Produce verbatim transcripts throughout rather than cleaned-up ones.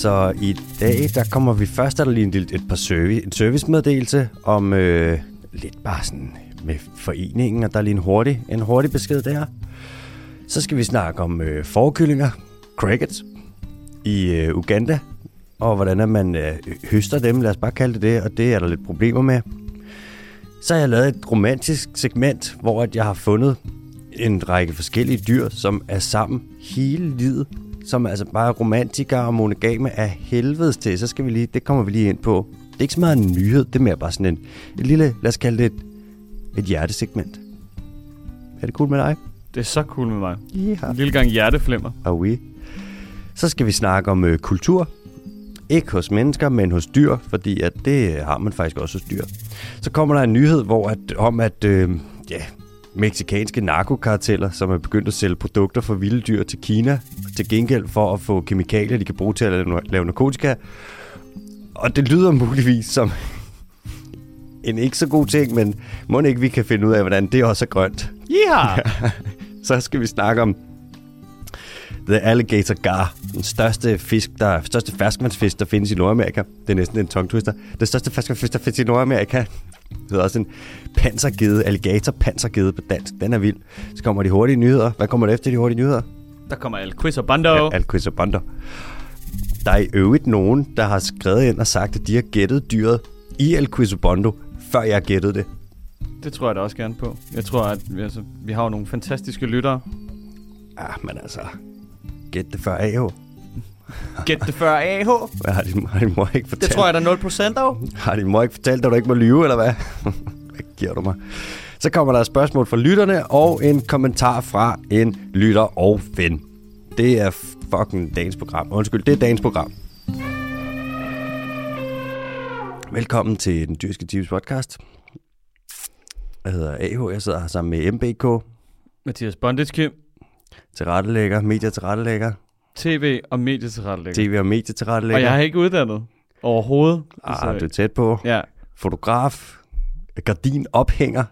Så i dag, der kommer vi først, er der lige en, et par service, en servicemeddelelse om øh, lidt bare sådan med foreningen, og der er lige en hurtig, en hurtig besked der. Så skal vi snakke om øh, forkyllinger, crickets, i øh, Uganda, og hvordan er man øh, høster dem, lad os bare kalde det det, og det er der lidt problemer med. Så har jeg lavet et romantisk segment, hvor jeg har fundet en række forskellige dyr, som er sammen hele livet, som er altså bare romantikere og monogame af helvedes til. Så skal vi lige, det kommer vi lige ind på. Det er ikke så meget en nyhed, det er mere bare sådan en, et lille, lad os kalde det et, et hjertesegment. Er det cool med dig? Det er så cool med mig. Ja. En lille gang hjerteflimmer. Ah oui. Så skal vi snakke om ø, kultur. Ikke hos mennesker, men hos dyr, fordi at det har man faktisk også hos dyr. Så kommer der en nyhed hvor at, om, at øh, ja, mexikanske narkokarteller, som er begyndt at sælge produkter for vilde dyr til Kina, til gengæld for at få kemikalier, de kan bruge til at lave narkotika. Og det lyder muligvis som en ikke så god ting, men må ikke vi kan finde ud af, hvordan det også er grønt. Yeah! Så skal vi snakke om The Alligator Gar, den største fisk, der største ferskvandsfisk, der findes i Nordamerika. Det er næsten en tongue twister. Den største ferskvandsfisk, der findes i Nordamerika. Det hedder også en pansergede, alligator pansergede på dansk. Den er vild. Så kommer de hurtige nyheder. Hvad kommer der efter de hurtige nyheder? Der kommer El Quizobondo. Ja, El Quizobondo. Der er i øvrigt nogen, der har skrevet ind og sagt, at de har gættet dyret i El Quizobondo, før jeg gættede det. Det tror jeg da også gerne på. Jeg tror, at altså, vi har jo nogle fantastiske lyttere. Ja, men altså, gæt det før A H. Gæt det før A H. Hvad har din, har din mor ikke fortalt? Det tror jeg da nul procent af. Har din mor ikke fortalt dig, at du ikke må lyve, eller hvad? Hvad giver du mig? Så kommer der et spørgsmål fra lytterne, og en kommentar fra en lytter og ven. Det er fucking dagens program. Undskyld, det er dagens program. Velkommen til Den Dyrske Tives podcast. Jeg hedder A H, jeg sidder her sammen med M B K. Mathias Bonditski. Tilrettelægger, medietilrettelægger. T V og medietilrettelægger. T V og medietilrettelægger. Og jeg har ikke uddannet overhovedet. Ah, du er tæt på. Ja. Fotograf. Gardinophænger.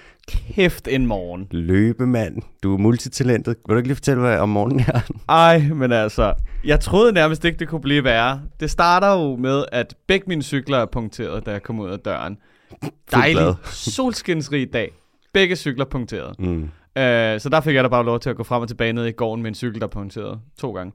Kæft en morgen. Løbemand. Du er multitalentet. Vil du ikke lige fortælle, hvad om morgenen er? Ej, men altså, jeg troede nærmest ikke, det kunne blive værre. Det starter jo med, at begge mine cykler er punkteret, da jeg kom ud af døren. Dejlig, solskinsrig dag. Begge cykler punkteret. Mm. Uh, så der fik jeg da bare lov til at gå frem og tilbage ned i gården med en cykel, der er punkteret to gange.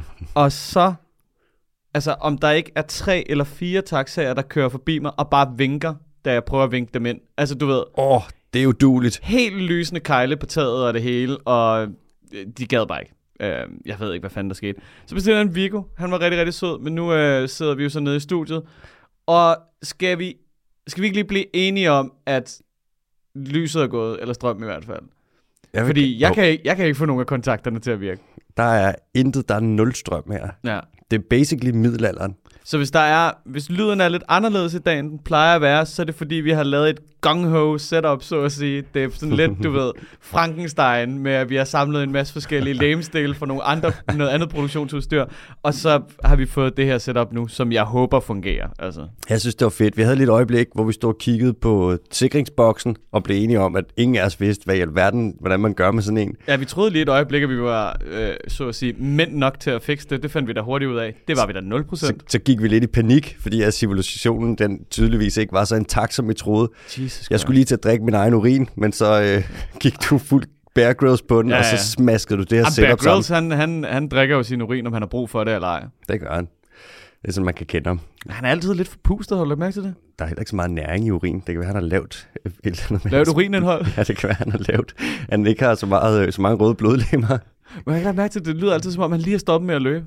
Og så, altså om der ikke er tre eller fire taxaer, der kører forbi mig og bare vinker, da jeg prøver at vinke dem ind. Altså du ved... Åh, oh, det er jo dueligt. Helt lysende kejle på taget og det hele, og de gad bare ikke. Uh, jeg ved ikke, hvad fanden der skete. Så bestiller jeg en Viggo. Han var rigtig, rigtig sød, men nu uh, sidder vi jo så nede i studiet. Og skal vi, skal vi ikke lige blive enige om, at lyset er gået, eller strøm i hvert fald? Jeg Fordi jeg kan, jeg kan ikke få nogen af kontakterne til at virke. Der er intet, der er nul strøm her. Ja. Det er basically middelalderen. Så hvis der er, hvis lyden er lidt anderledes i dag, end den plejer at være, så er det fordi, vi har lavet et gung-ho setup, så at sige. Det er sådan lidt, du ved, Frankenstein, med at vi har samlet en masse forskellige legemsdele fra nogle andre, noget andet produktionsudstyr. Og så har vi fået det her setup nu, som jeg håber fungerer. Altså. Jeg synes, det var fedt. Vi havde lidt øjeblik, hvor vi stod og kiggede på sikringsboksen, og blev enige om, at ingen af os vidste, hvad i alverden, hvordan man gør med sådan en. Ja, vi troede lige et øjeblik, at vi var, øh, så at sige, mænd nok til at fikse det. Det fandt vi da hurtigt ud af. Det var vi da nul procent. Så, så gik vi lidt i panik, fordi at civilisationen, den tydeligvis ikke var så intakt, som vi troede. Jesus jeg skulle lige til at drikke min egen urin, men så øh, gik du fuld Bear Grylls på den, ja, ja. Og så smaskede du det her setup Bear Grylls, han, han, han drikker jo sin urin, om han har brug for det eller ej. Det gør han. Det er sådan, man kan kende ham. Han er altid lidt forpustet, har du lagt mærke til det? Der er heller ikke så meget næring i urin. Det kan være, han har lavt et eller andet. Lavt urinindhold? Ja, det kan være, han har lavt. Han ikke har så, meget, så mange røde blodlemmer. Men jeg kan lagt mærke til, at det lyder altid, som om han lige har stoppet med at løbe.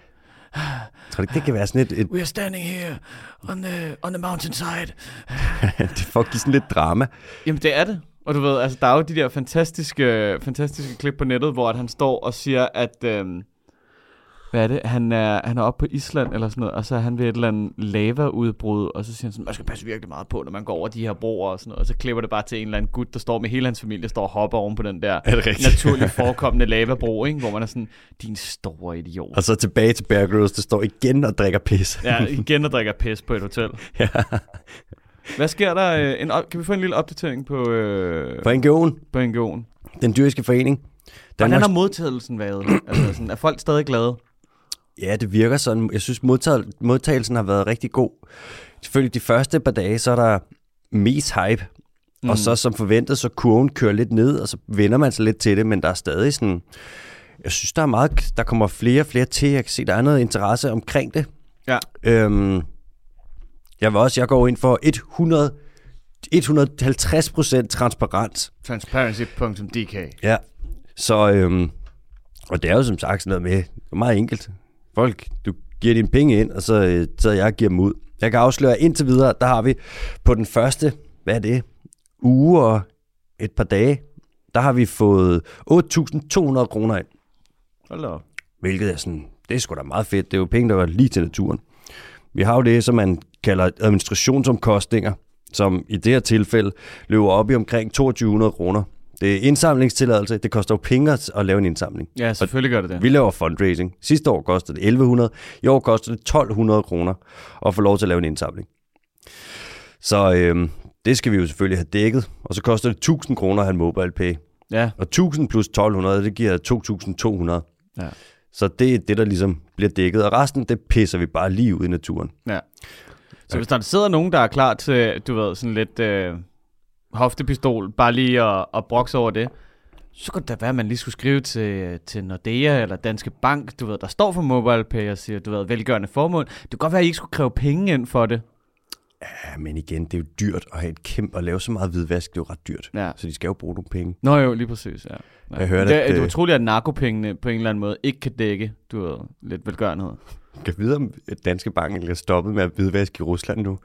Jeg tror ikke, det kan være sådan et... et... We are standing here on the, on the mountainside. Det får give sådan lidt drama. Jamen, det er det. Og du ved, altså, der er jo de der fantastiske, fantastiske klip på nettet, hvor at han står og siger, at... Øhm, hvad er det? Han er, han er oppe på Island eller sådan noget, og så er han ved et eller andet lavaudbrud, og så siger han sådan, man skal passe virkelig meget på, når man går over de her broer og sådan noget, og så klipper det bare til en eller anden gut, der står med hele hans familie, står og hopper oven på den der naturligt forekommende lavabro, ikke? Hvor man er sådan, din store idiot. Og så tilbage til Bear Grylls, der står igen og drikker pis. Ja, igen og drikker pis på et hotel. Ja. Hvad sker der? En, kan vi få en lille opdatering på... Øh, på N G O'en? På N G O'en. Den Dyriske Forening. Hvordan har modtagelsen været? Altså, sådan, er folk stadig glade? Ja, det virker sådan. Jeg synes, modtag- modtagelsen har været rigtig god. Selvfølgelig de første par dage, så er der mest hype. Mm. Og så som forventet, så kurven kører lidt ned, og så vender man sig lidt til det, men der er stadig sådan... Jeg synes, der er meget... Der kommer flere og flere til. Jeg kan se, der er noget interesse omkring det. Ja. Øhm, jeg vil også... Jeg går ind for hundrede, et hundrede og halvtreds procent transparens. Transparency punktum d k. Ja. Så... Øhm, og det er jo som sagt sådan noget med... Det er meget enkelt. Folk, du giver dine penge ind, og så, så jeg giver dem ud. Jeg kan afsløre indtil videre, der har vi på den første... Hvad er det? Uge og et par dage, der har vi fået otte tusind to hundrede kroner ind. Hello. Hvilket er sådan, det er sgu da meget fedt. Det er jo penge, der var lige til naturen. Vi har jo det, som man kalder administrationsomkostninger, som i det her tilfælde løber op i omkring toogtyve hundrede kroner. Det er indsamlingstilladelse. Det koster jo penge at lave en indsamling. Ja, selvfølgelig gør det det. Vi laver fundraising. Sidste år kostede det elleve hundrede. I år koster det tolv hundrede kroner at få lov til at lave en indsamling. Så øhm, det skal vi jo selvfølgelig have dækket. Og så koster det tusind kroner at have en MobilePay. Ja. Og tusind plus tolv hundrede, det giver to tusind to hundrede. Ja. Så det er det, der ligesom bliver dækket. Og resten, det pisser vi bare lige ud i naturen. Ja. Så hvis der sidder nogen, der er klar til, du ved, sådan lidt øh, hoftepistol, bare lige at, at brokse over det, så kunne det da være, at man lige skulle skrive til, til Nordea eller Danske Bank, du ved, der står for MobilePay og siger, du ved, velgørende formål. Det kan godt være, at I ikke skulle kræve penge ind for det. Ja, men igen, det er jo dyrt at have et kæmpe og lave så meget hvidvask. Det er jo ret dyrt. Ja. Så de skal jo bruge nogle penge. Nå jo, lige præcis, ja. ja. Jeg hørte, det, at, det er øh... utroligt, at narkopengene på en eller anden måde ikke kan dække, du ved, lidt velgørenhed. Kan vide, om Danske Bank er stoppet med at hvidvaske i Rusland nu?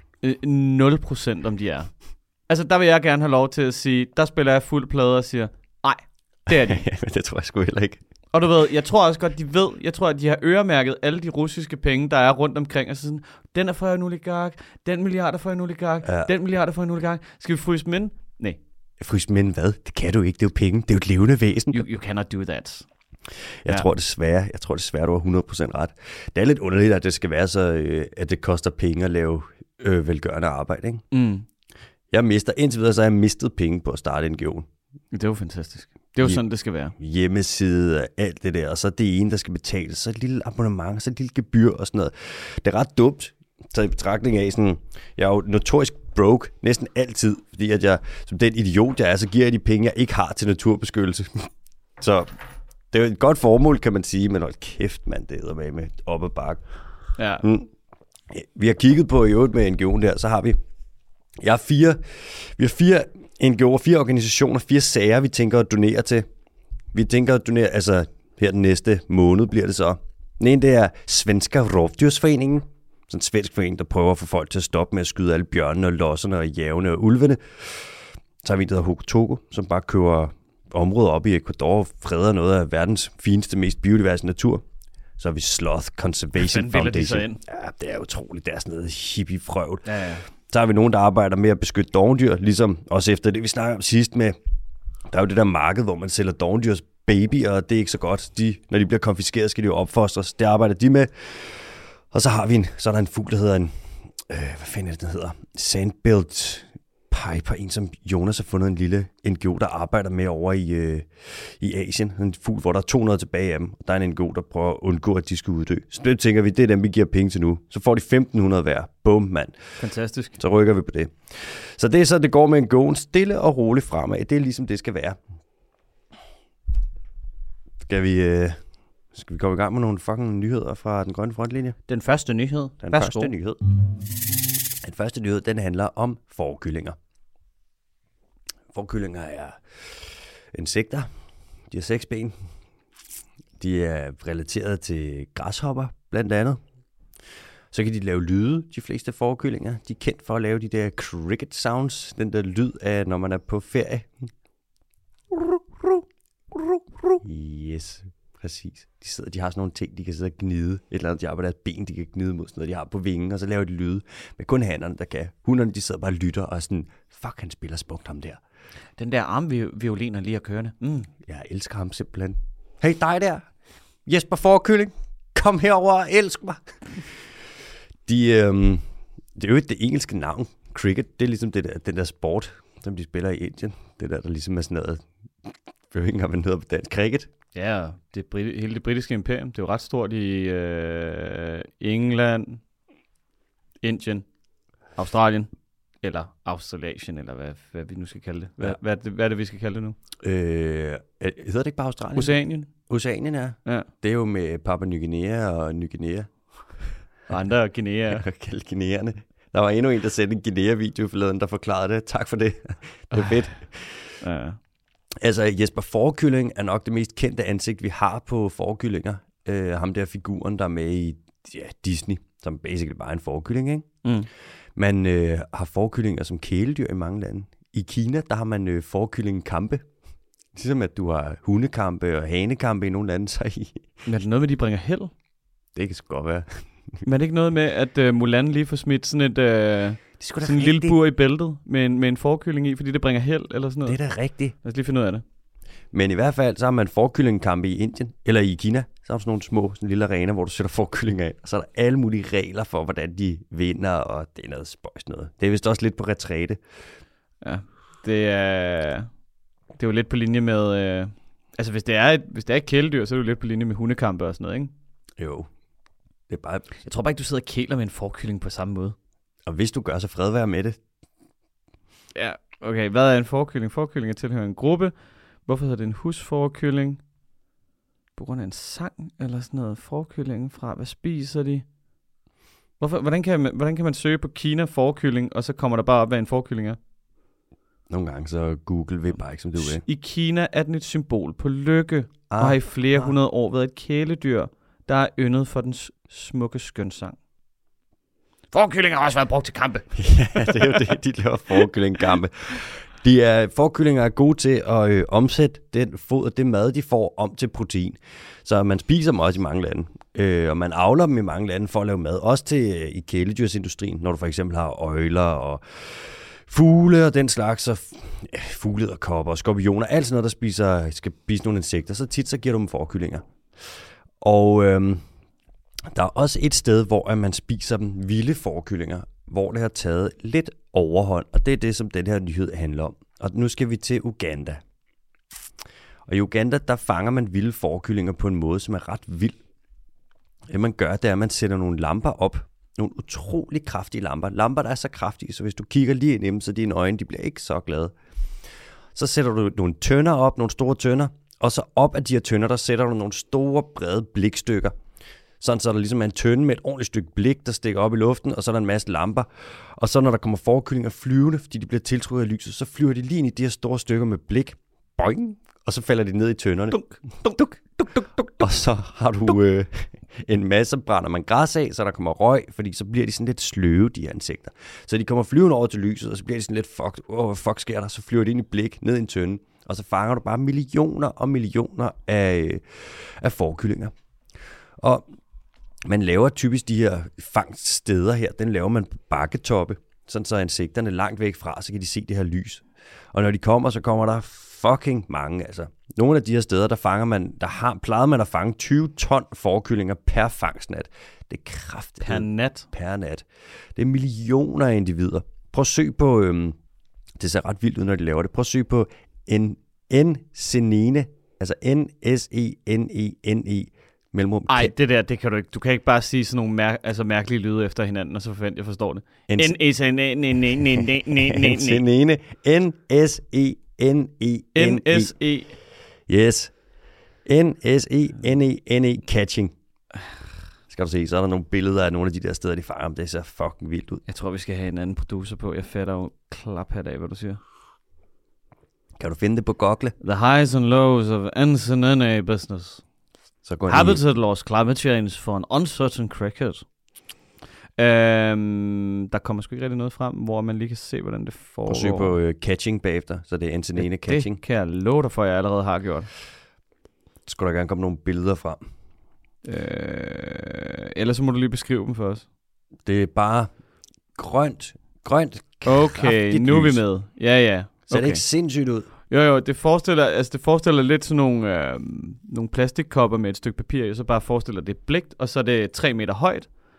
nul procent om de er. Altså, der vil jeg gerne have lov til at sige, der spiller jeg fuld plade og siger, nej, det er de. Ja, men det tror jeg sgu heller ikke. Og du ved, jeg tror også godt, de ved, jeg tror, at de har øremærket alle de russiske penge, der er rundt omkring. Altså sådan, den er for en oligark, den milliard er for en oligark, ja. den milliard er for en oligark. Skal vi fryse dem ind? Nej. Fryse dem ind hvad? Det kan du ikke, det er jo penge. Det er jo et levende væsen. You, you cannot do that. Jeg ja. tror desværre, jeg tror desværre, du har hundrede procent ret. Det er lidt underligt, at det skal være så, øh, at det koster penge at lave øh, velgørende arbejde, ikke? Mm. Jeg mister, indtil videre, så har jeg mistet penge på at starte N G O'en. Det er jo fantastisk. Det er jo sådan, det skal være. Hjemmeside og alt det der, og så det ene, der skal betales, så et lille abonnement, så et lille gebyr og sådan noget. Det er ret dumt, taget i betragtning af sådan, jeg er jo notorisk broke næsten altid, fordi at jeg, som den idiot jeg er, så giver jeg de penge, jeg ikke har til naturbeskyttelse. Så det er jo et godt formål, kan man sige, men hold kæft, mand, det er med med op ad bakke. Ja. Mm. Vi har kigget på i øvrigt med N G O'en der, så har vi, jeg har fire, vi har fire N G O'er, fire organisationer, fire sager, vi tænker at donere til. Vi tænker at donere, altså her den næste måned bliver det så. Den ene, det er Svenska Rovdjursforeningen. Sådan en svensk forening, der prøver at få folk til at stoppe med at skyde alle bjørnene og losserne og jævne og ulvene. Så har vi en, der hedder Hokotogo, som bare køber områder op i Ecuador og freder noget af verdens fineste, mest biodiverse natur. Så har vi Sloth Conservation Foundation. Ja, det er utroligt. Det er sådan noget hippie-frøvl. Ja, ja. Så har vi nogen, der arbejder med at beskytte dovendyr, ligesom også efter det, vi snakker om sidst med, der er jo det der marked, hvor man sælger dovendyrs babyer, og det er ikke så godt. De, når de bliver konfiskeret, skal de jo opfostres. Det arbejder de med. Og så har vi en, så er der en fugl, der hedder en, øh, hvad fanden er det, den hedder? Sandbelt Piper, en som Jonas har fundet, en lille N G O, der arbejder med over i, øh, i Asien. En fugl, hvor der er to hundrede tilbage af dem. Der er en N G O, der prøver at undgå, at de skal uddø. Så det tænker vi, det er dem, vi giver penge til nu. Så får de femten hundrede hver. Bum, mand. Fantastisk. Så rykker vi på det. Så det er så, det går med N G O'en stille og roligt fremad. Det er ligesom det skal være. Skal vi, øh, skal vi komme i gang med nogle fucking nyheder fra den grønne frontlinje? Den første nyhed. Den Værsgo. første nyhed. Den første nyhed, den handler om fårekyllinger. Fårekyllinger er insekter. De har seks ben. De er relateret til græshopper, blandt andet. Så kan de lave lyde, de fleste fårekyllinger. De er kendt for at lave de der cricket sounds. Den der lyd af, når man er på ferie. Yes, præcis. De, sidder, de har sådan nogle ting, de kan sidde og gnide. Et eller andet, de har på deres ben, de kan gnide mod sådan noget, de har på vingen, og så laver de lyde. Men kun hannerne, der kan. Hunderne, de sidder bare og lytter, og sådan, fuck, han spiller smukt ham der. Den der armvioliner lige at kørende. Mm. Jeg elsker ham simpelthen. Hey, dig der. Jesper Fårekylling. Kom herover og elsk mig. De, øhm, det er jo ikke det engelske navn. Cricket, det er ligesom det der, den der sport, som de spiller i Indien. Det der, der ligesom er sådan noget, jeg ved ikke engang, hvad den hedder på dansk. Cricket. Ja, det brit- hele det britiske imperium, det er jo ret stort i øh, England, Indien, Australien, eller Australasien, eller hvad, hvad vi nu skal kalde det. Hvad, ja. hvad, er det. hvad er det, vi skal kalde det nu? Øh, hedder det ikke bare Australien? Oceanien. Oceanien, ja. ja. Det er jo med Papua Ny Guinea og Ny Guinea. Og andre Guinea. Kaldt Guineerne. Der var endnu en, der sendte en Guinea-video forleden, der forklarede det. Tak for det. Det er fedt. Ja. Altså, Jesper Fårekylling er nok det mest kendte ansigt, vi har på fårekyllinger. Øh, ham der figuren, der er med i ja, Disney, som basically bare er en fårekylling, ikke? Mm. Man øh, har fårekyllinger som kæledyr i mange lande. I Kina, der har man øh, fårekyllingkampe. Ligesom at du har hundekampe og hanekampe i nogle lande, så i... Men er det noget med, de bringer held? Det kan sgu godt være. Men er det ikke noget med, at uh, Mulan lige får smidt sådan et... Uh... Sådan en lille bur i bæltet med en, med en forkylling i, fordi det bringer held eller sådan noget. Det er da rigtigt. Lad os lige finde ud af det. Men i hvert fald, så har man forkyllingkampe i Indien, eller i Kina. Så har man sådan nogle små, sådan lille arena, hvor du sætter forkyllinger af. Og så er der alle mulige regler for, hvordan de vinder, og det er noget spøjs noget. Det er vist også lidt på retræte. Ja, det er, det er jo lidt på linje med... Øh, altså, hvis det, er et, hvis det er et kæledyr, så er det jo lidt på linje med hundekampe og sådan noget, ikke? Jo. Det er bare... Jeg tror bare ikke, du sidder og kæler med en forkylling på samme måde. Og hvis du gør, så fred være med det. Ja, okay. Hvad er en forkylling? Forkylling er tilhører en gruppe. Hvorfor hedder det en husforkylling? På grund af en sang eller sådan noget. Forkyllingen fra, hvad spiser de? Hvorfor, hvordan, kan man, hvordan kan man søge på Kina forkylling, og så kommer der bare op, hvad en forkylling er? Nogle gange så Google ved bare ikke, som du vil. I Kina er den et symbol på lykke, ah, og har i flere ah. hundrede år været et kæledyr, der er yndet for den smukke skønsang. Forkyllinger har også været brugt til kampe. Ja, det er jo det, de laver forkyllingkampe. De er, forkyllinger er gode til at øh, omsætte den foder, det mad, de får, om til protein. Så man spiser dem også i mange lande. Øh, og man avler dem i mange lande for at lave mad. Også til øh, i kæledyrsindustrien, når du for eksempel har øgler og fugle og den slags. Så ja, fugle og kopper og skorpioner. Alt sådan noget, der spiser, skal spise nogle insekter. Så tit så giver du dem forkyllinger. Og... Øh, Der er også et sted, hvor man spiser dem vilde forkyllinger, hvor det har taget lidt overhånd, og det er det, som den her nyhed handler om. Og nu skal vi til Uganda. Og i Uganda, der fanger man vilde forkyllinger på en måde, som er ret vild. Det man gør, det er, at man sætter nogle lamper op. Nogle utrolig kraftige lamper. Lamper, der er så kraftige, så hvis du kigger lige ind i dem, så dine øjne, de bliver ikke så glade. Så sætter du nogle tønder op, nogle store tønder, og så op af de her tønder, der sætter du nogle store, brede blikstykker. Sådan så der ligesom er en tønde med et ordentligt stykke blik, der stikker op i luften, og så er der en masse lamper. Og så når der kommer forkyllinger flyvende, fordi de bliver tiltrukket af lyset, så flyver de lige ind i de her store stykker med blik. Boing! Og så falder de ned i tønderne. Dunk, dunk, dunk, dunk, dunk, dunk. Og så har du øh, en masse, brænder man græs af, så der kommer røg, fordi så bliver de sådan lidt sløve, de her insekter. Så de kommer flyvende over til lyset, og så bliver de sådan lidt, fuck, oh, hvad fuck sker der? Så flyver de ind i blik, ned i en tønde, og så fanger du bare millioner og millioner af, af forkyllinger. Og man laver typisk de her fangststeder her, den laver man på bakketoppe, sådan så insekterne langt væk fra, så kan de se det her lys. Og når de kommer, så kommer der fucking mange, altså. Nogle af de her steder, der fanger man, der har, plejede man at fange tyve ton forkyllinger per fangstnat. Det er kraftigt. Per nat? Per nat. Det er millioner af individer. Prøv at søg på, øhm, det ser ret vildt ud, når de laver det. Prøv at søg på en N-senene, altså N S E N E N E. Nej, det der, det kan du ikke. Du kan ikke bare sige sådan nogle mær- altså mærkelige lyde efter hinanden, og så forventer jeg forstår det. N S E N E N E N S E N E N N S E Yes. N S E N E N E Catching. Skal du se, så er der nogle billeder af nogle af de der steder, de fanger om. Det ser fucking vildt ud. Jeg tror, vi skal have en anden producer på. Jeg fatter jo klap her af, hvad du siger. Kan du finde det på Google? The highs and lows of N S E N E business. Så går Habitat loss, climate change for an uncertain cricket. Øhm, der kommer sgu ikke rigtig noget frem, hvor man lige kan se, hvordan det foregår. Og søg på uh, catching bagefter, så det er N-senene catching. Det kan jeg love dig for, at jeg allerede har gjort. Skulle der gerne komme nogle billeder frem? Øh, ellers så må du lige beskrive dem for os. Det er bare grønt, grønt, okay, nu er vi med. Ja, ja. Okay. Ser det ikke sindssygt ud? Jo, jo, det forestiller, altså det forestiller lidt sådan nogle, øh, nogle plastikkopper med et stykke papir, og så bare forestiller det blægt, og så er det tre meter højt,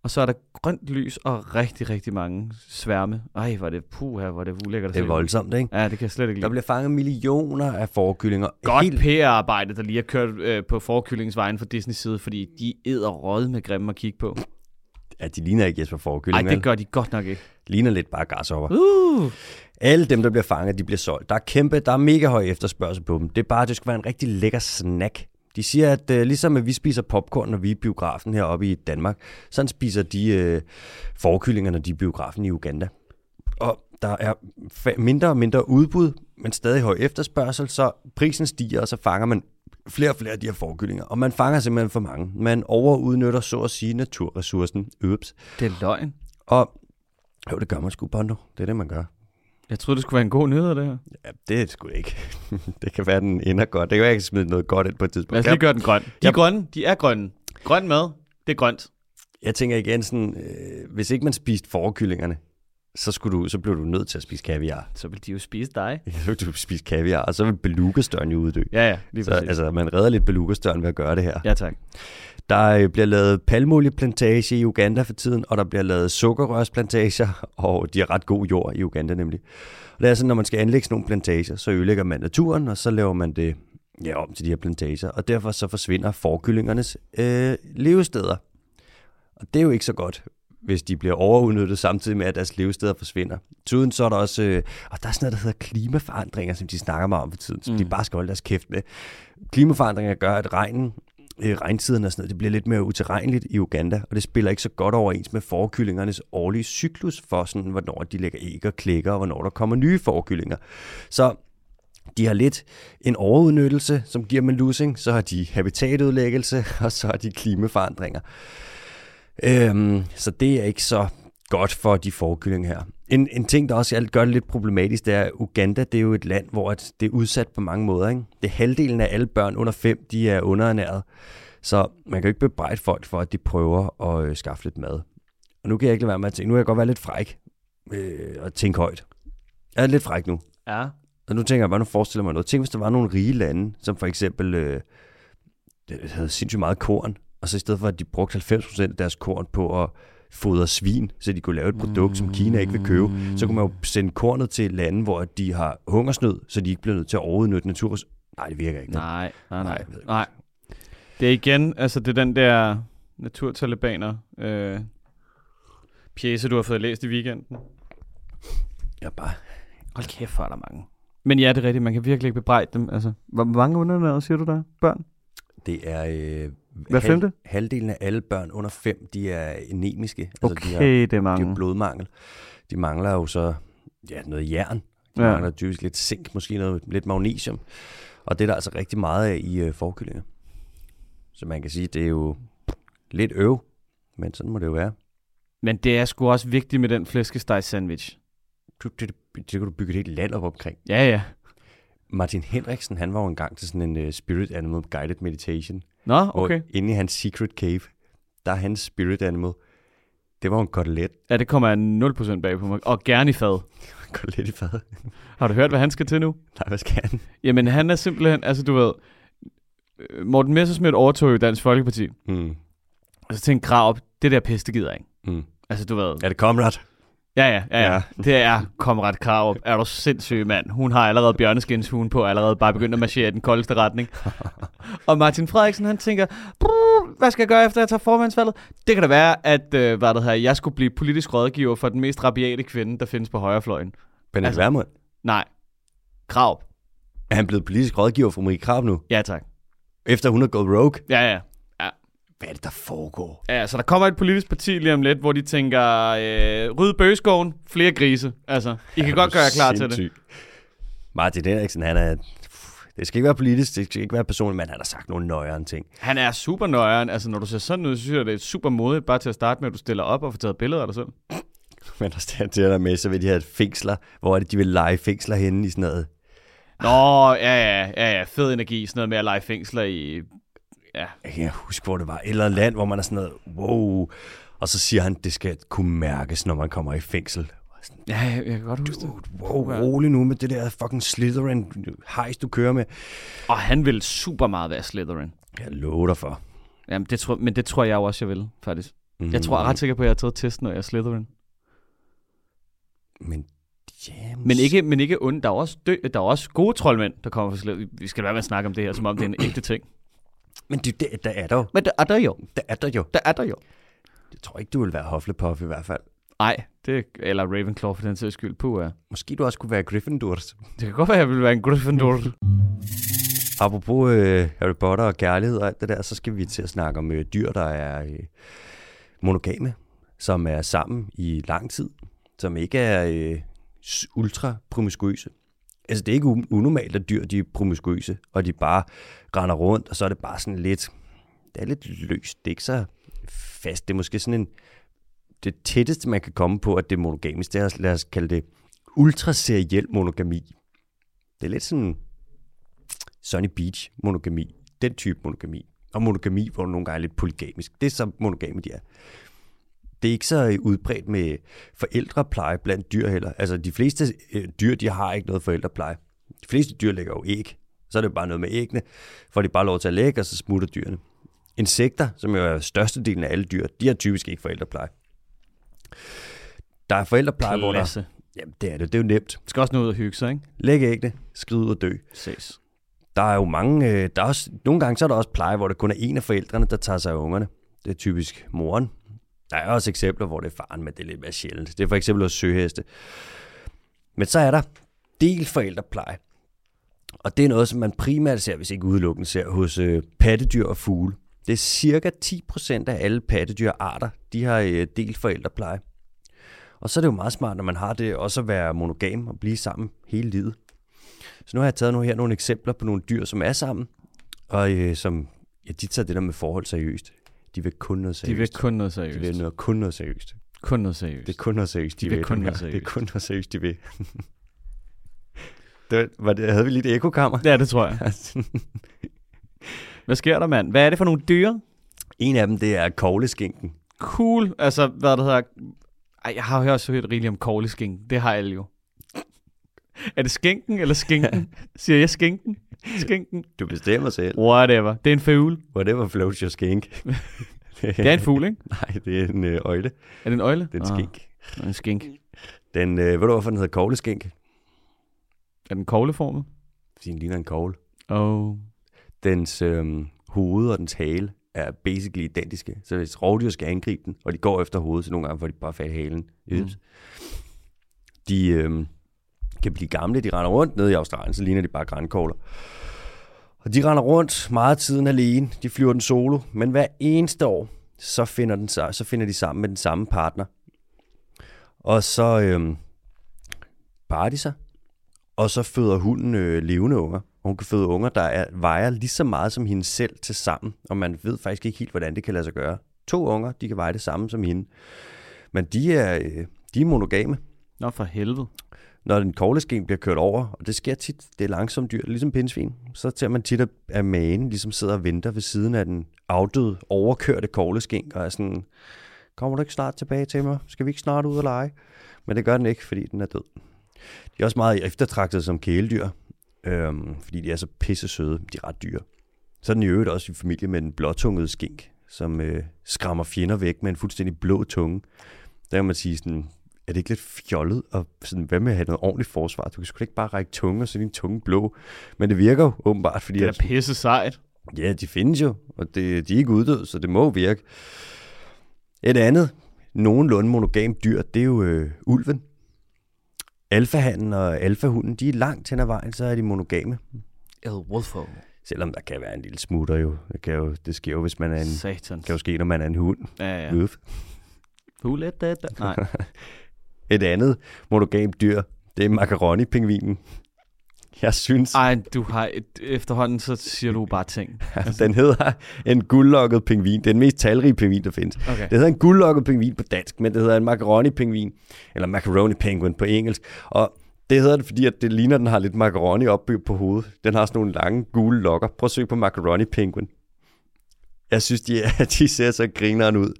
Og så er der grønt lys og rigtig, rigtig mange sværme. Ej, hvor er det puha, hvor er det ulækkert. Det er voldsomt, ikke? Ja, det kan jeg slet ikke lide. Der bliver fanget millioner af fårekyllinger. Godt Helt... P R-arbejde, der lige har kørt øh, på fårekyllingsvejen fra Disney side, fordi de æder rød med grimme at kigge på. Ja, de ligner ikke Jesper Fårekylling. Nej, det gør de godt nok ikke. Ligner lidt bare græshopper. Uh. Alle dem, der bliver fanget, de bliver solgt. Der er kæmpe, der er mega høj efterspørgsel på dem. Det er bare, det skal være en rigtig lækker snack. De siger, at øh, ligesom at vi spiser popcorn, når vi er i biografen heroppe i Danmark, sådan spiser de øh, fårekyllinger, når de er i biografen i Uganda. Og der er fa- mindre og mindre udbud, men stadig høj efterspørgsel, så prisen stiger, og så fanger man flere og flere af de her fårekyllinger. Og man fanger simpelthen for mange. Man overudnytter, så at sige, naturressourcen. Ups. Det er løgn. Og jo, det gør man sgu, Bondo. Det er det, man gør. Jeg troede, det skulle være en god nyhed, det her. Ja, det er sgu ikke. Det kan være, den ender godt. Det kan være, jeg kan smide noget godt ind på et tidspunkt. Lad os lige gøre den grøn. De er jeg... grønne. De er grønne. Grøn mad, det er grønt. Jeg tænker igen sådan, øh, hvis ikke man spiste fårekyllingerne, så, skulle du, så blev du nødt til at spise kaviar. Så vil de jo spise dig. Så vil du spise kaviar, og så vil belugastøren jo uddø. Ja, ja, lige så, præcis. altså, man redder lidt belugastøren ved at gøre det her. Ja, tak. Der bliver lavet palmolieplantage i Uganda for tiden, og der bliver lavet sukkerrørsplantager, og de har ret god jord i Uganda nemlig. Og det er sådan, når man skal anlægge sådan nogle plantager, så ødelægger man naturen, og så laver man det ja, om til de her plantager, og derfor så forsvinder fårekyllingernes øh, levesteder. Og det er jo ikke så godt, hvis de bliver overudnyttet samtidig med, at deres levesteder forsvinder. Tuden så er der også, øh, og der er sådan noget, der hedder klimaforandringer, som de snakker meget om for tiden, som mm. de bare skal holde deres kæft med. Klimaforandringer gør, at regnen, øh, regntiden og sådan noget, det bliver lidt mere utilregneligt i Uganda, og det spiller ikke så godt overens med fårekyllingernes årlige cyklus for sådan, hvornår de lægger æg og klækker, og hvornår der kommer nye fårekyllinger. Så de har lidt en overudnyttelse, som giver dem lussing, så har de habitatudlæggelse, og så har de klimaforandringer. Øhm, så det er ikke så godt for de fårekyllinger her. En, en ting, der også gør det lidt problematisk, det er, at Uganda, det er jo et land, hvor det er udsat på mange måder. Ikke? Det er halvdelen af alle børn under fem, de er underernæret. Så man kan jo ikke bebrejde folk for, at de prøver at øh, skaffe lidt mad. Og nu kan jeg ikke lade være med at tænke, nu kan jeg godt være lidt fræk øh, og tænke højt. Jeg er lidt fræk nu. Ja. Og nu tænker jeg bare, nu forestiller mig noget. Tænk, hvis der var nogle rige lande, som for eksempel øh, havde sindssygt meget korn, og så i stedet for, at de brugte halvfems procent af deres korn på at fodre svin, så de kunne lave et produkt, som Kina ikke vil købe, så kunne man jo sende kornet til lande, hvor de har hungersnød, så de ikke bliver nødt til at overudnytte naturressourcer. Nej, det virker ikke. Nej, nej, nej. nej. nej. Det er igen, altså det er den der naturtalibaner øh, pjece, du har fået læst i weekenden. Ja, bare... Hold kæft, for er der mange. Men ja, det er rigtigt, man kan virkelig ikke bebrejde dem. Altså, hvor mange undernærede, siger du der? Børn? Det er... Øh, Hvad halv, femte? Halvdelen af alle børn under fem, de er anemiske. Okay, altså, de har, det er mange. De har blodmangel. De mangler jo så ja, noget jern. De ja. mangler typisk lidt zink, måske noget, lidt magnesium. Og det er der altså rigtig meget af i øh, fårekyllinger. Så man kan sige, det er jo lidt øv, men sådan må det jo være. Men det er sgu også vigtigt med den flæskesteg sandwich. Det, det, det kan du bygge et helt land op omkring. Ja, ja. Martin Henriksen, han var jo engang til sådan en uh, Spirit Animal Guided Meditation. Nå, okay. Hvor inde i hans Secret Cave, der er hans Spirit Animal. Det var en kotelet. Ja, det kommer jeg nul procent bag på mig. Og gerne i fad. Kotelet i fad. Har du hørt, hvad han skal til nu? Nej, hvad skal han? Jamen, han er simpelthen, altså du ved, Morten Messerschmidt overtog jo Dansk Folkeparti. Mm. Og så tænkte Krav, det der pisse, det gider jeg ikke. Mm. Altså, du ved. Er det Comrade? Ja, ja, ja, ja. Det er Comrade Krav. Er du sindssyg, mand? Hun har allerede bjørneskinshuen på, allerede bare begyndt at marchere i den koldeste retning. Og Martin Frederiksen, han tænker, hvad skal jeg gøre, efter jeg tager formandsvalget? Det kan da være, at øh, hvad det her, jeg skulle blive politisk rådgiver for den mest rabiate kvinde, der findes på højrefløjen. Pernille altså, Vermund? Nej. Krav. Er han blevet politisk rådgiver for Marie Krav nu? Ja, tak. Efter hun er gået rogue? Ja, ja. ja. Hvad er det, der foregår? Ja, så der kommer et politisk parti lige om lidt, hvor de tænker, øh, ryd bøgeskoven, flere grise. Altså, I kan ja, godt gøre jer klar sindssyg. til det. Martin Henriksen, han er... Det skal ikke være politisk, det skal ikke være personligt, men han har sagt nogle nøjere ting. Han er super nøjeren. Altså, når du ser sådan ud, så synes jeg, det er super modigt, bare til at starte med, at du stiller op og får taget billeder af dig selv. Men der står til der med, så vil de have et fængsler, hvor er det, de vil lege fængsler henne i sådan noget. Nå, ja, ja, ja, ja, fed energi, sådan noget med at lege fængsler i... Ja. Jeg kan huske, hvor det var. Et eller andet land, hvor man er sådan noget, wow. Og så siger han, det skal kunne mærkes, når man kommer i fængsel. Sådan, ja, jeg, jeg kan godt huske Dude, det. Wow, rolig nu med det der fucking Slytherin-hejs, du kører med. Og han vil super meget være Slytherin. Jeg lover dig for. Jamen, det tror, men det tror jeg jo også, jeg vil, faktisk. Mm. Jeg tror, jeg er ret sikker på, at jeg har taget testen, når jeg er Slytherin. Men, ja, men ikke, men ikke ondt. Der er også, dø, der er også gode troldmænd, der kommer fra Slytherin. Vi skal være med at snakke om det her, som om det er en ægte ting. Men det, det, der er der jo. Men der er der jo. Der er der jo. Der er der jo. Jeg tror ikke, du vil være Hufflepuff i hvert fald. Nej, det eller Ravenclaw for den sags skyld. Puh, ja. Måske du også kunne være Gryffindor. Det kan godt være, at jeg vil være en Gryffindor. Apropos øh, Harry Potter og kærlighed og alt det der, så skal vi til at snakke om øh, dyr, der er øh, monogame, som er sammen i lang tid, som ikke er øh, ultra promiskuøse. Altså det er ikke unormalt, at dyr de er promiskuøse, og de bare render rundt, og så er det bare sådan lidt, det er lidt løst, det er ikke så fast, det er måske sådan en, det tætteste man kan komme på, at det er monogamisk, det er, lad os kalde det ultraseriel monogami. Det er lidt sådan Sunny Beach monogami, den type monogami, og monogami, hvor nogle gange er lidt polygamisk, det er så monogame de er. Det er ikke så udbredt med forældrepleje blandt dyr heller. Altså, de fleste øh, dyr, de har ikke noget forældrepleje. De fleste dyr lægger jo æg. Så er det bare noget med æggene, for de bare lov til at lægge, og så smutter dyrene. Insekter, som jo er størstedelen af alle dyr, de har typisk ikke forældrepleje. Der er forældrepleje, hvor der... Jamen, det er det. Det er jo nemt. Skal også nå ud og hygge sig, ikke? Læg æggene, skrid ud og dø. Ses. Der er jo mange... Øh, der er også, nogle gange så er der også pleje, hvor det kun er en af forældrene, der tager sig af ungerne. Det er typisk moren. Der er også eksempler, hvor det er faren, men det er lidt mere sjældent. Det er for eksempel hos søheste. Men så er der del forældrepleje. Og det er noget, som man primært ser, hvis ikke udelukkende ser, hos øh, pattedyr og fugle. Det er cirka ti procent af alle pattedyrarter, de har øh, delt forældrepleje. Og så er det jo meget smart, når man har det, også at være monogam og blive sammen hele livet. Så nu har jeg taget nu her nogle eksempler på nogle dyr, som er sammen, og øh, som, ja, de tager det der med forhold seriøst. De vil kun noget seriøst. De vil kun noget seriøst. De vil noget, kun noget seriøst. Kun noget seriøst. Det er kun noget seriøst, de, de vil. vil kun noget seriøst. Det er kun noget seriøst, de vil. det var, det, havde vi lige et ekokammer? Ja, det tror jeg. Hvad sker der, mand? Hvad er det for nogle dyr? En af dem, det er kogleskinken. Cool. Altså, hvad det hedder... Ej, jeg har jo også hørt rigeligt om kogleskinken. Det har alle jo. Er det skinken eller skinken? Siger jeg skinken? Skinken? Du bestemmer selv. Whatever. Det er en fugle. Whatever floats your skink. Det er en fugle, ikke? Nej, det er en øh, øjle. Er det en øjle? Det er en skink. Ah, en skink. Den, øh, ved du hvorfor den hedder kogleskink? Er den kogleformet? Fordi den ligner en kogle. Oh. Dens øh, hoved og dens hale er basically identiske. Så hvis rovdyr skal angribe den, og de går efter hovedet, så nogle gange får de bare fat i halen. Mm. De øh, kan blive gamle, de render rundt nede i Australien, så ligner de bare grankogler. Og de render rundt meget tiden alene, de flyver den solo, men hver eneste år, så finder, den, så finder de sammen med den samme partner. Og så øh, parer de sig, og så føder hunden øh, levende unger. Og hun kan føde unger, der er, vejer lige så meget som hende selv til sammen, og man ved faktisk ikke helt, hvordan det kan lade sig gøre. To unger, de kan veje det samme som hende. Men de er, øh, de er monogame. Nå, for helvede. Når en kogleskin bliver kørt over, og det sker tit, det er langsomt dyr, ligesom pindsvin, så ser man tit, at magen ligesom sidder og venter ved siden af den afdøde, overkørte kogleskink, og er sådan, kommer du ikke snart tilbage til mig? Skal vi ikke snart ud og lege? Men det gør den ikke, fordi den er død. De er også meget eftertragtet som kæledyr, øhm, fordi de er så pisse søde, de er ret dyre. Så er den i øvrigt også i familie med den blåtungede skink, som øh, skræmmer fjender væk med en fuldstændig blå tunge. Der kan man sige sådan, er det ikke lidt fjollet? Og sådan, hvad med at have noget ordentligt forsvar? Du kan sgu ikke bare række tunge, og så din tunge blå. Men det virker jo åbenbart, fordi... Det er at, pisse sejt. Ja, de findes jo, og det, de er ikke uddøde, så det må virke. Et andet, nogenlunde monogam dyr, det er jo øh, ulven. Alfahannen og alfahunden, de er langt hen ad vejen, så er de monogame. El Wolfo. Selvom der kan være en lille smutter jo. Det, kan jo, det sker jo, hvis man er en... Satans. Kan jo ske, når man er en hund. Ja, ja. Uff. Who let that? Nej. Et andet monogam dyr, det er macaroni-pingvinen. Jeg synes... Ej, du har et, efterhånden, så siger du bare ting. Altså. Den hedder en guldlokket pingvin. Det er den mest talrige pingvin, der findes. Okay. Det hedder en guldlokket pingvin på dansk, men det hedder en macaroni-pingvin. Eller macaroni penguin på engelsk. Og det hedder det, fordi at det ligner, at den har lidt macaroni oppe på hovedet. Den har sådan nogle lange gule lokker. Prøv at søge på macaroni penguin. Jeg synes, de, er, de ser så grineren ud.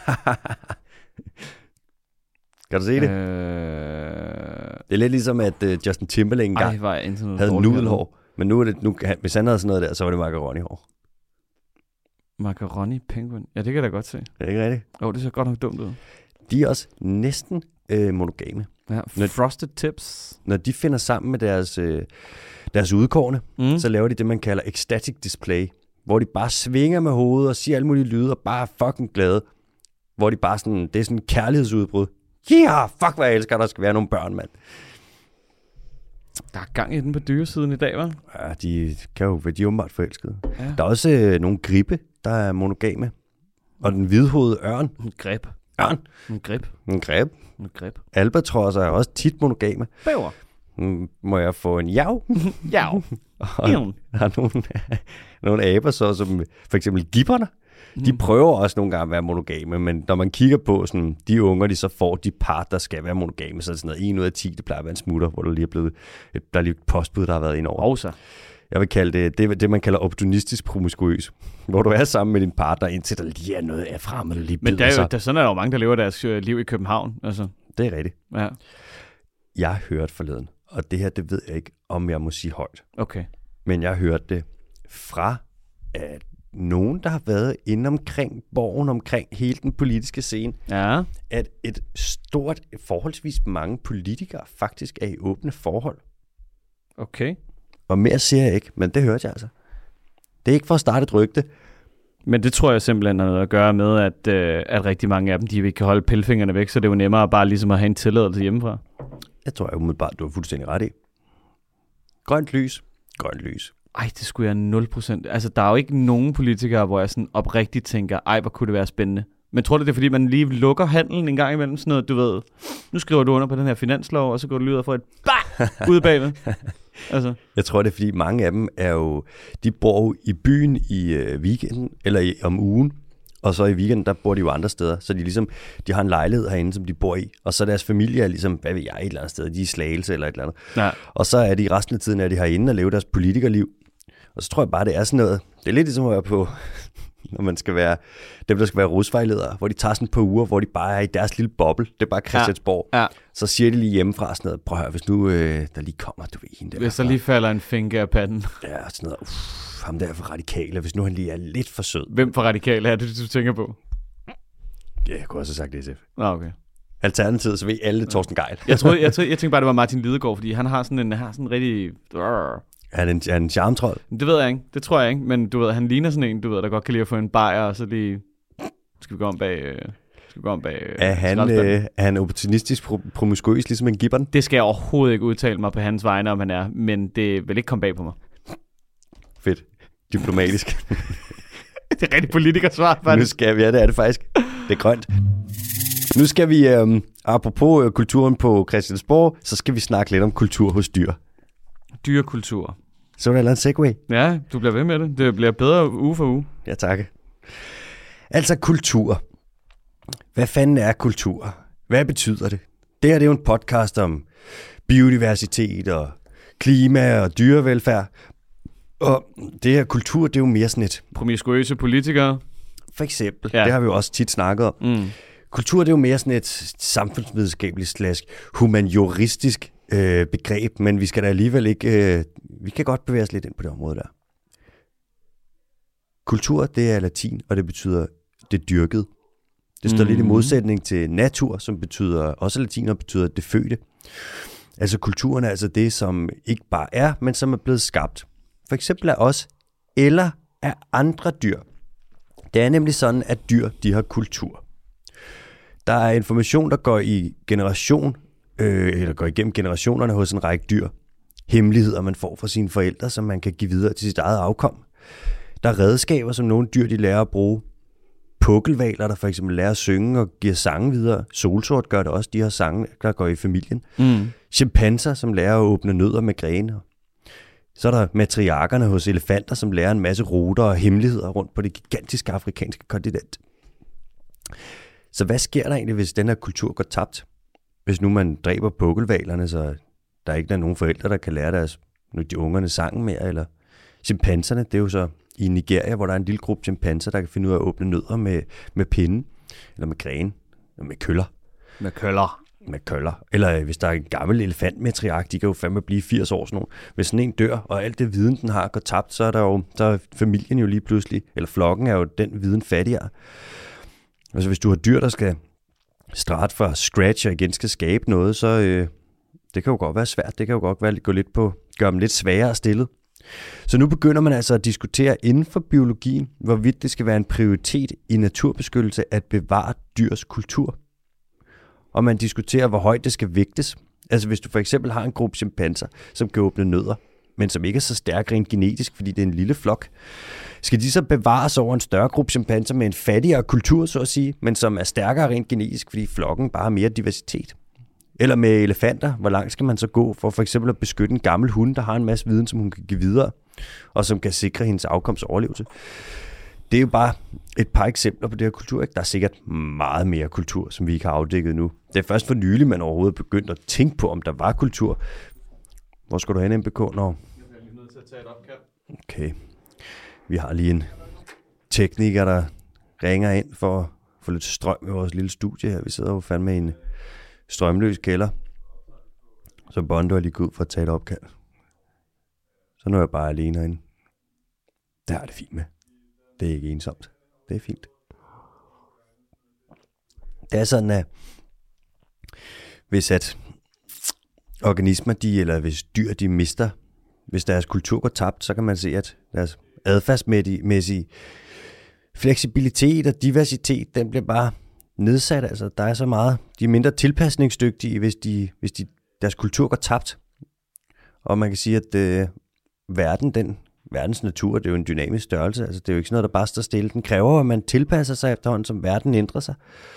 Kan du se det? Øh... Det er lidt ligesom, at uh, Justin Timberlake engang havde nudelhår. Men nu er det, nu, hvis han havde sådan noget der, så var det macaroni-hår. Macaroni penguin. Ja, det kan jeg da godt se. Er det ikke rigtigt? Åh, oh, det ser godt nok dumt ud. De er også næsten øh, monogame. Ja, når, frosted tips. Når de finder sammen med deres, øh, deres udkårne, mm. så laver de det, man kalder ecstatic display, hvor de bare svinger med hovedet og siger alle mulige lyde og bare er fucking glade. Hvor de bare sådan, det er sådan en kærlighedsudbrud. Ja, yeah, fuck hvor jeg elsker, der skal være nogle børn, mand. Der er gang i den på dyresiden i dag, hva'? Ja, de kan jo være de åbenbart forelskede. Ja. Der er også øh, nogle gribe, der er monogame. Og den hvidhovede ørn. En greb. Ørn. En greb. En greb. En greb. Albatrosser er også tit monogame. Bæver. Mm, må jeg få en jav? Jav. Og der er nogle, nogle aber, så, som for eksempel gibberne. De prøver også nogle gange at være monogame, men når man kigger på sådan, de unger, de så får de par, der skal være monogame, så er det sådan noget en ud af ti, det plejer at være en smutter, hvor der lige er blevet et, der er lige et postbud, der har været ind over. Også. Jeg vil kalde det, det, det man kalder opportunistisk promiskuøs, hvor du er sammen med din partner, indtil der lige er noget af fremmed, der lige men der er jo, der, sådan er der jo mange, der lever deres liv i København. Altså. Det er rigtigt. Ja. Jeg har hørt forleden, og det her, det ved jeg ikke, om jeg må sige højt. Okay. Men jeg har hørt det fra at nogen, der har været inde omkring borgen, omkring hele den politiske scene, ja. at et stort, forholdsvis mange politikere faktisk er i åbne forhold. Okay. Og mere siger jeg ikke, men det hørte jeg altså. Det er ikke for at starte et rygte. Men det tror jeg simpelthen har noget at gøre med, at, øh, at rigtig mange af dem, de ikke kan holde pelfingrene væk, så det er jo nemmere bare ligesom at have en tilladelse hjemmefra. Jeg tror jeg umiddelbart, du har fuldstændig ret i. Grønt lys. Grønt lys. Ej, det skulle jeg nul procent. Altså, der er jo ikke nogen politikere, hvor jeg sådan oprigtigt tænker, ej, hvor kunne det være spændende. Men tror du, det er, fordi man lige lukker handelen en gang imellem? Sådan noget, du ved, nu skriver du under på den her finanslov, og så går du lige ud og får et bah! Ude bagved. Altså. Jeg tror, det er, fordi mange af dem er jo, de bor jo i byen i øh, weekenden, eller i, om ugen, og så i weekenden, der bor de jo andre steder. Så de ligesom, de har en lejlighed herinde, som de bor i, og så deres familie er ligesom, hvad ved jeg, et eller andet sted, de er i Slagelse eller et eller andet. Ja. Og så er de resten af tiden, er de herinde og lever deres politikerliv. Og så tror jeg bare, det er sådan noget, det er lidt ligesom at være på, når man skal være, dem der skal være rusvejledere, hvor de tager sådan et par uger, hvor de bare er i deres lille boble, det er bare Christiansborg. Ja. Ja. Så siger de lige hjemmefra sådan noget, prøv at høre, hvis nu øh, der lige kommer, du ved, en der. Hvis der lige falder en finger af panden. Ja, sådan noget, uff, ham der er for radikale, hvis nu han lige er lidt for sød. Hvem for radikale er det, du tænker på? Ja, jeg kunne også have sagt S F. Ah, okay. Alternativet, så ved alle Torsten Gejl. jeg, troede, jeg, troede, jeg tænkte bare, det var Martin Lidegaard, fordi han har sådan en, har sådan en rigtig... Er han en, er han en charmetrold? Det ved jeg ikke. Det tror jeg ikke. Men du ved, han ligner sådan en, du ved, der godt kan lide at få en bajer, og så lige... Skal vi gå om bag... Øh, skal vi gå om bag... Øh, er, han, øh, er han opportunistisk pro- promiskuøs, ligesom en gibberen? Det skal jeg overhovedet ikke udtale mig på hans vegne, om han er. Men det vil ikke komme bag på mig. Fedt. Diplomatisk. Det er rigtig politikersvar, faktisk. Nu skal vi... Ja, det er det faktisk. Det er grønt. Nu skal vi... Øh, apropos øh, kulturen på Christiansborg, så skal vi snakke lidt om kultur hos dyr. Dyrekultur. Så er der en segway. Ja, du bliver ved med det. Det bliver bedre uge for uge. Ja, tak. Altså kultur. Hvad fanden er kultur? Hvad betyder det? Det her det er jo en podcast om biodiversitet og klima og dyrevelfærd. Og det her kultur, det er jo mere sådan et... Promiskuøse politikere. For eksempel. Ja. Det har vi jo også tit snakket om. Mm. Kultur, det er jo mere sådan et samfundsvidenskabeligt slash humanioristisk øh, begreb, men vi skal da alligevel ikke... Øh, vi kan godt bevæge os lidt ind på det område der. Kultur, det er latin, og det betyder det dyrkede. Det står mm. lidt i modsætning til natur, som betyder, også latin, og betyder det fødte. Altså kulturen er altså det, som ikke bare er, men som er blevet skabt. For eksempel af os, eller af andre dyr. Det er nemlig sådan, at dyr, de har kultur. Der er information, der går i generation, øh, eller går igennem generationerne hos en række dyr. Hemmeligheder, man får fra sine forældre, som man kan give videre til sit eget afkom. Der er redskaber, som nogle dyr, de lærer at bruge. Pukkelvaler, der for eksempel lærer at synge og giver sange videre. Solsort gør det også, de har sange, der går i familien. Mm. Chimpanser, som lærer at åbne nødder med grene. Så er der matriarkerne hos elefanter, som lærer en masse ruter og hemmeligheder rundt på det gigantiske afrikanske kontinent. Så hvad sker der egentlig, hvis den her kultur går tabt? Hvis nu man dræber pukkelvalerne, så der ikke er nogen forældre, der kan lære deres, de ungerne sangen mere, eller chimpanserne, det er jo så i Nigeria, hvor der er en lille gruppe chimpanser, der kan finde ud af at åbne nødder med, med pinde, eller med grene, eller med køller. Med køller. med køller. Eller hvis der er en gammel elefantmatriark, de kan jo fandme blive firs år sådan nogle. Hvis sådan en dør, og alt det viden, den har, går tabt, så er der jo, så er familien jo lige pludselig, eller flokken er jo den viden fattigere. Altså hvis du har dyr, der skal starte fra scratch og igen skal skabe noget, så øh, det kan jo godt være svært. Det kan jo godt være, gå lidt på, gøre dem lidt sværere stillet. Så nu begynder man altså at diskutere inden for biologien, hvorvidt det skal være en prioritet i naturbeskyttelse at bevare dyrs kultur. Og man diskuterer, hvor højt det skal vægtes. Altså hvis du for eksempel har en gruppe chimpanser, som kan åbne nødder, men som ikke er så stærk rent genetisk, fordi det er en lille flok, skal de så bevares over en større gruppe chimpanser med en fattigere kultur, så at sige, men som er stærkere rent genetisk, fordi flokken bare har mere diversitet? Eller med elefanter, hvor langt skal man så gå for for eksempel at beskytte en gammel hund, der har en masse viden, som hun kan give videre, og som kan sikre hendes afkomst og overlevelse? Det er jo bare et par eksempler på det her kultur. Ikke? Der er sikkert meget mere kultur, som vi ikke har afdækket nu. Det er først for nylig, man overhovedet begyndt at tænke på, om der var kultur. Hvor skal du hen, M B K? Nå. Jeg bliver lige nødt til at tage et opkald. Okay. Vi har lige en tekniker, der ringer ind for at få lidt strøm i vores lille studie her. Vi sidder jo fandme i en strømløs kælder. Så Bondo er lige gået for at tage et opkald. Så nu er jeg bare alene herinde. Der er det fint med. Det er ikke ensomt. Det er fint. Det er sådan, at hvis at organismer, de, eller hvis dyr, de mister, hvis deres kultur går tabt, så kan man se, at deres adfærdsmæssige fleksibilitet og diversitet, den bliver bare nedsat. Altså, der er så meget. De er mindre tilpasningsdygtige, hvis, de, hvis de, deres kultur går tabt. Og man kan sige, at øh, verden, den verdens natur, det er jo en dynamisk størrelse. Altså, det er jo ikke sådan noget, der bare står stille. Den kræver, at man tilpasser sig efterhånden, som verden ændrer sig.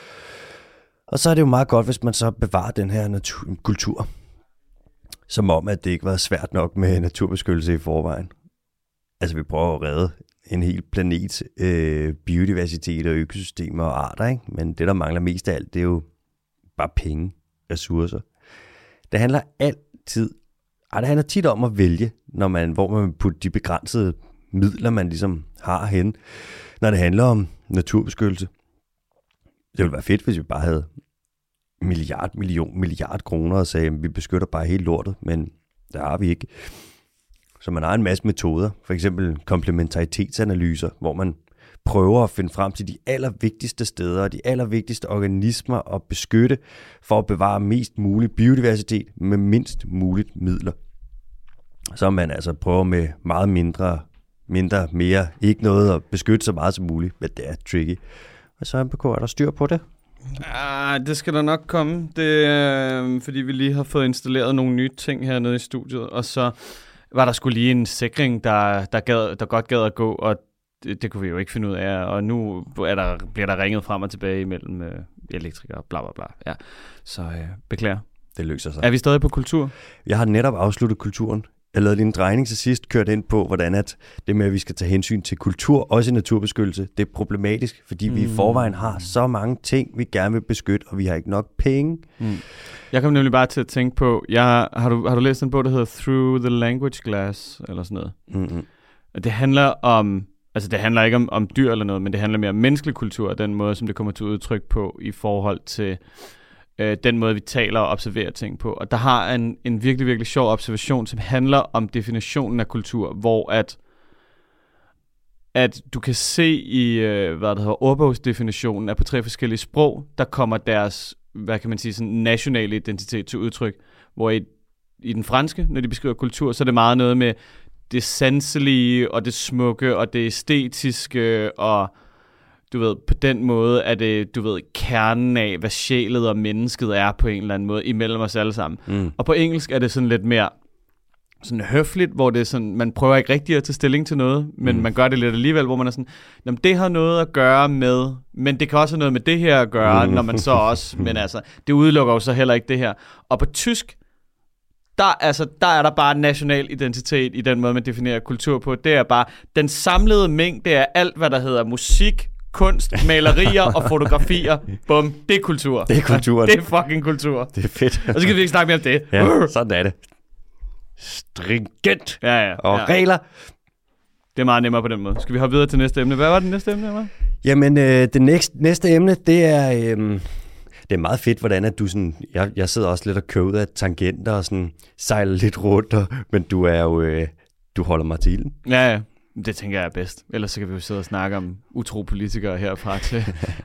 Og så er det jo meget godt, hvis man så bevarer den her natur, kultur. Som om, at det ikke var svært nok med naturbeskyttelse i forvejen. Altså, vi prøver at redde en hel planet, øh, biodiversitet og økosystemer og arter, ikke? Men det, der mangler mest af alt, det er jo bare penge, ressourcer. Det handler altid, ej, det handler tit om at vælge, når man, hvor man putter de begrænsede midler, man ligesom har hen, når det handler om naturbeskyttelse. Det ville være fedt, hvis vi bare havde milliard, million, milliard kroner og sagde, at vi beskytter bare helt lortet, men det har vi ikke. Så man har en masse metoder, for eksempel komplementaritetsanalyser, hvor man prøver at finde frem til de allervigtigste steder og de allervigtigste organismer at beskytte for at bevare mest mulig biodiversitet med mindst muligt midler. Så man altså prøver med meget mindre, mindre, mere, ikke noget at beskytte så meget som muligt, men det er tricky. Og så M B K, er der styr på det? Ah, det skal der nok komme. Det er, øh, fordi vi lige har fået installeret nogle nye ting hernede i studiet, og så var der skulle lige en sikring, der, der, gad, der godt gad at gå, og det, det kunne vi jo ikke finde ud af, og nu er der, bliver der ringet frem og tilbage imellem øh, elektrikere, bla bla bla. Ja. Så øh, beklager. Det løser sig. Er vi stadig på kultur? Jeg har netop afsluttet kulturen. Jeg lavede lige en drejning til sidst, kørt ind på, hvordan at det med, at vi skal tage hensyn til kultur, også i naturbeskyttelse, det er problematisk, fordi mm. vi i forvejen har så mange ting, vi gerne vil beskytte, og vi har ikke nok penge. Mm. Jeg kom nemlig bare til at tænke på, jeg, har, du, har du læst en bog, der hedder Through the Language Glass, eller sådan noget? Mm-hmm. Og det handler om, altså det handler ikke om, om dyr eller noget, men det handler mere om menneskelig kultur, og den måde, som det kommer til udtryk på i forhold til øh, den måde, vi taler og observerer ting på. Og der har en, en virkelig, virkelig sjov observation, som handler om definitionen af kultur, hvor at, at du kan se i, øh, hvad der hedder, ordbogsdefinitionen, at på tre forskellige sprog, der kommer deres, hvad kan man sige, sådan nationale identitet til udtryk, hvor i, i den franske, når de beskriver kultur, så er det meget noget med det sanselige, og det smukke, og det æstetiske, og du ved, på den måde er det, du ved, kernen af, hvad sjælet og mennesket er på en eller anden måde, imellem os alle sammen. Mm. Og på engelsk er det sådan lidt mere sådan høfligt, hvor det er sådan, man prøver ikke rigtig at tage stilling til noget, men mm. man gør det lidt alligevel, hvor man er sådan, jamen det har noget at gøre med, men det kan også have noget med det her at gøre, mm. når man så også, men altså, det udelukker jo så heller ikke det her. Og på tysk, der, altså, der er der bare national identitet i den måde, man definerer kultur på. Det er bare den samlede mængde af alt, hvad der hedder musik, kunst, malerier og fotografier. Bum, det er kultur. Det er kulturen. Det er fucking kultur. Det er fedt. Og så kan vi ikke snakke mere om det. Ja, sådan er det. Stringent. Ja, ja. Og ja. regler. Det er meget nemmere på den måde. Skal vi hoppe videre til næste emne? Hvad var det næste emne, Emma? Jamen, øh, det næste, næste emne, det er, øh, det er meget fedt, hvordan at du sådan, jeg, jeg sidder også lidt og kører ud af tangenter og sådan sejler lidt rundt, og, men du er jo, øh, du holder mig til ilden. Ja, ja. Det tænker jeg er bedst. Ellers så kan vi jo sidde og snakke om utro politikere herfra til.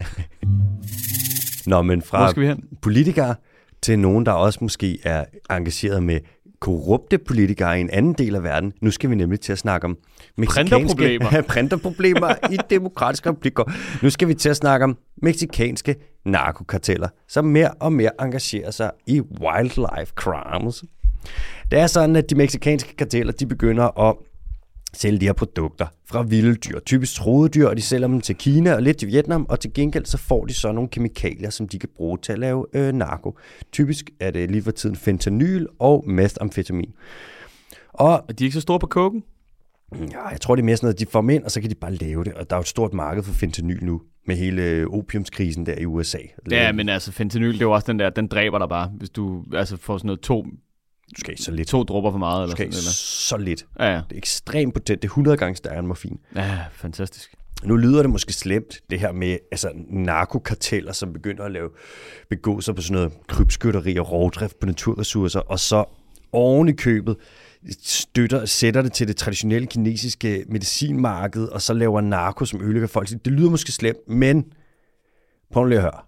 Nå, men fra Hvor skal vi hen? Politikere til nogen, der også måske er engageret med korrupte politikere i en anden del af verden. Nu skal vi nemlig til at snakke om printerproblemer. printerproblemer i demokratiske republikker. Nu skal vi til at snakke om mexikanske narkokarteller, som mere og mere engagerer sig i wildlife crimes. Det er sådan, at de mexikanske karteller, de begynder at sælge de her produkter fra vilde dyr, typisk truede dyr, og de sælger dem til Kina og lidt til Vietnam, og til gengæld så får de så nogle kemikalier, som de kan bruge til at lave øh, narko. Typisk er det lige for tiden fentanyl og methamfetamin. Og Og de er ikke så store på koken? ja, jeg tror det er mere sådan noget, de får dem ind, og så kan de bare lave det, og der er jo et stort marked for fentanyl nu, med hele opiumskrisen der i U S A. Ja, men altså fentanyl, det er jo også den der, den dræber dig bare, hvis du altså får sådan noget to, Du skal ikke så lidt. to dropper for meget. Du Eller skal sådan, ikke så lidt. eller? Ja, ja. Det er ekstremt potent. Det er hundrede gange stærkere end morfin. Ja, fantastisk. Nu lyder det måske slemt, det her med altså, narkokarteller, som begynder at lave, begå sig på sådan noget krybskytteri og rovdrift på naturressourcer, og så oven i købet støtter, sætter det til det traditionelle kinesiske medicinmarked, og så laver narko, som ødelægger folk. Det lyder måske slemt, men prøv lige at høre.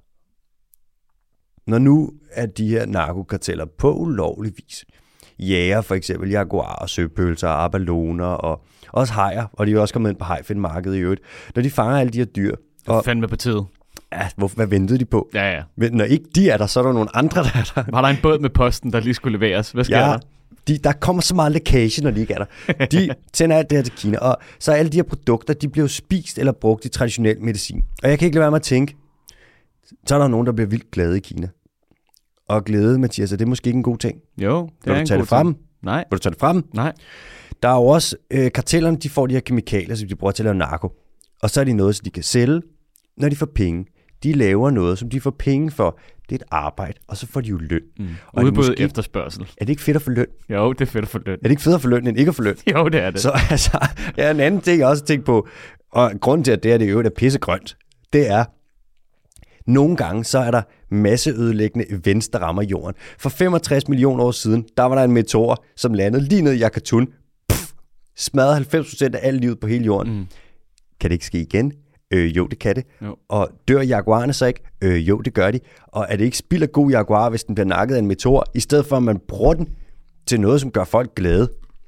Når nu er de her narkokarteller på ulovlig vis, jæger for eksempel jaguarer, søpølser, abaloner og også hajer, og de er også kommet ind på hajfindmarkedet i øvrigt, når de fanger alle de her dyr. Og fandme på tide. Ja, hvorfor, hvad ventede de på? Ja, ja. Men når ikke de er der, så er der nogle andre, der er der. Var der en båd med posten, der lige skulle leveres? Hvad sker Ja, der? de, der kommer så meget lækage, når de ikke er der. De sender alt det her til Kina, og så er alle de her produkter, de bliver spist eller brugt i traditionel medicin. Og jeg kan ikke lade være med at tænke, så er der nogen, der bliver vildt glade i Kina. Og glæde, Mathias, er det måske ikke en god ting? Jo, det Vil er du en tage god det frem? ting. Nej, Vil du tage det frem? nej. Der er jo også, øh, kartellerne, de får de her kemikalier, som de bruger til at lave narko. Og så er de noget, som de kan sælge, når de får penge. De laver noget, som de får penge for. Det er et arbejde, og så får de jo løn. Mm. Og Udbud måske, efterspørgsel. er det ikke fedt at få løn? Jo, det er fedt at få løn. Er det ikke fedt at få løn, end ikke at få løn? Jo, det er det. Så altså, ja, en anden ting, jeg også har tænkt på, og grunden til, at det her det jo er pissegrønt, det er, nogle gange så er der masseødelæggende events, der rammer jorden. For femogtres millioner år siden, der var der en meteor, som landede lige ned i Yakatun. Pff, smadrede halvfems procent af alt livet på hele jorden. Mm. Kan det ikke ske igen? Øh, jo, det kan det. Jo. Og dør jaguarerne så ikke? Øh, jo, det gør de. Og er det ikke spild af god jaguar, hvis den bliver nakket af en meteor, i stedet for at man bruger den til noget, som gør folk glade?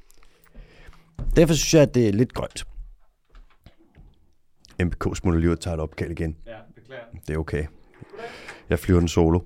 Derfor synes jeg, at det er lidt grønt. M B K smutter lige ud og tager et opkald igen. Ja, beklager. Det er okay. Jeg flyver den solo.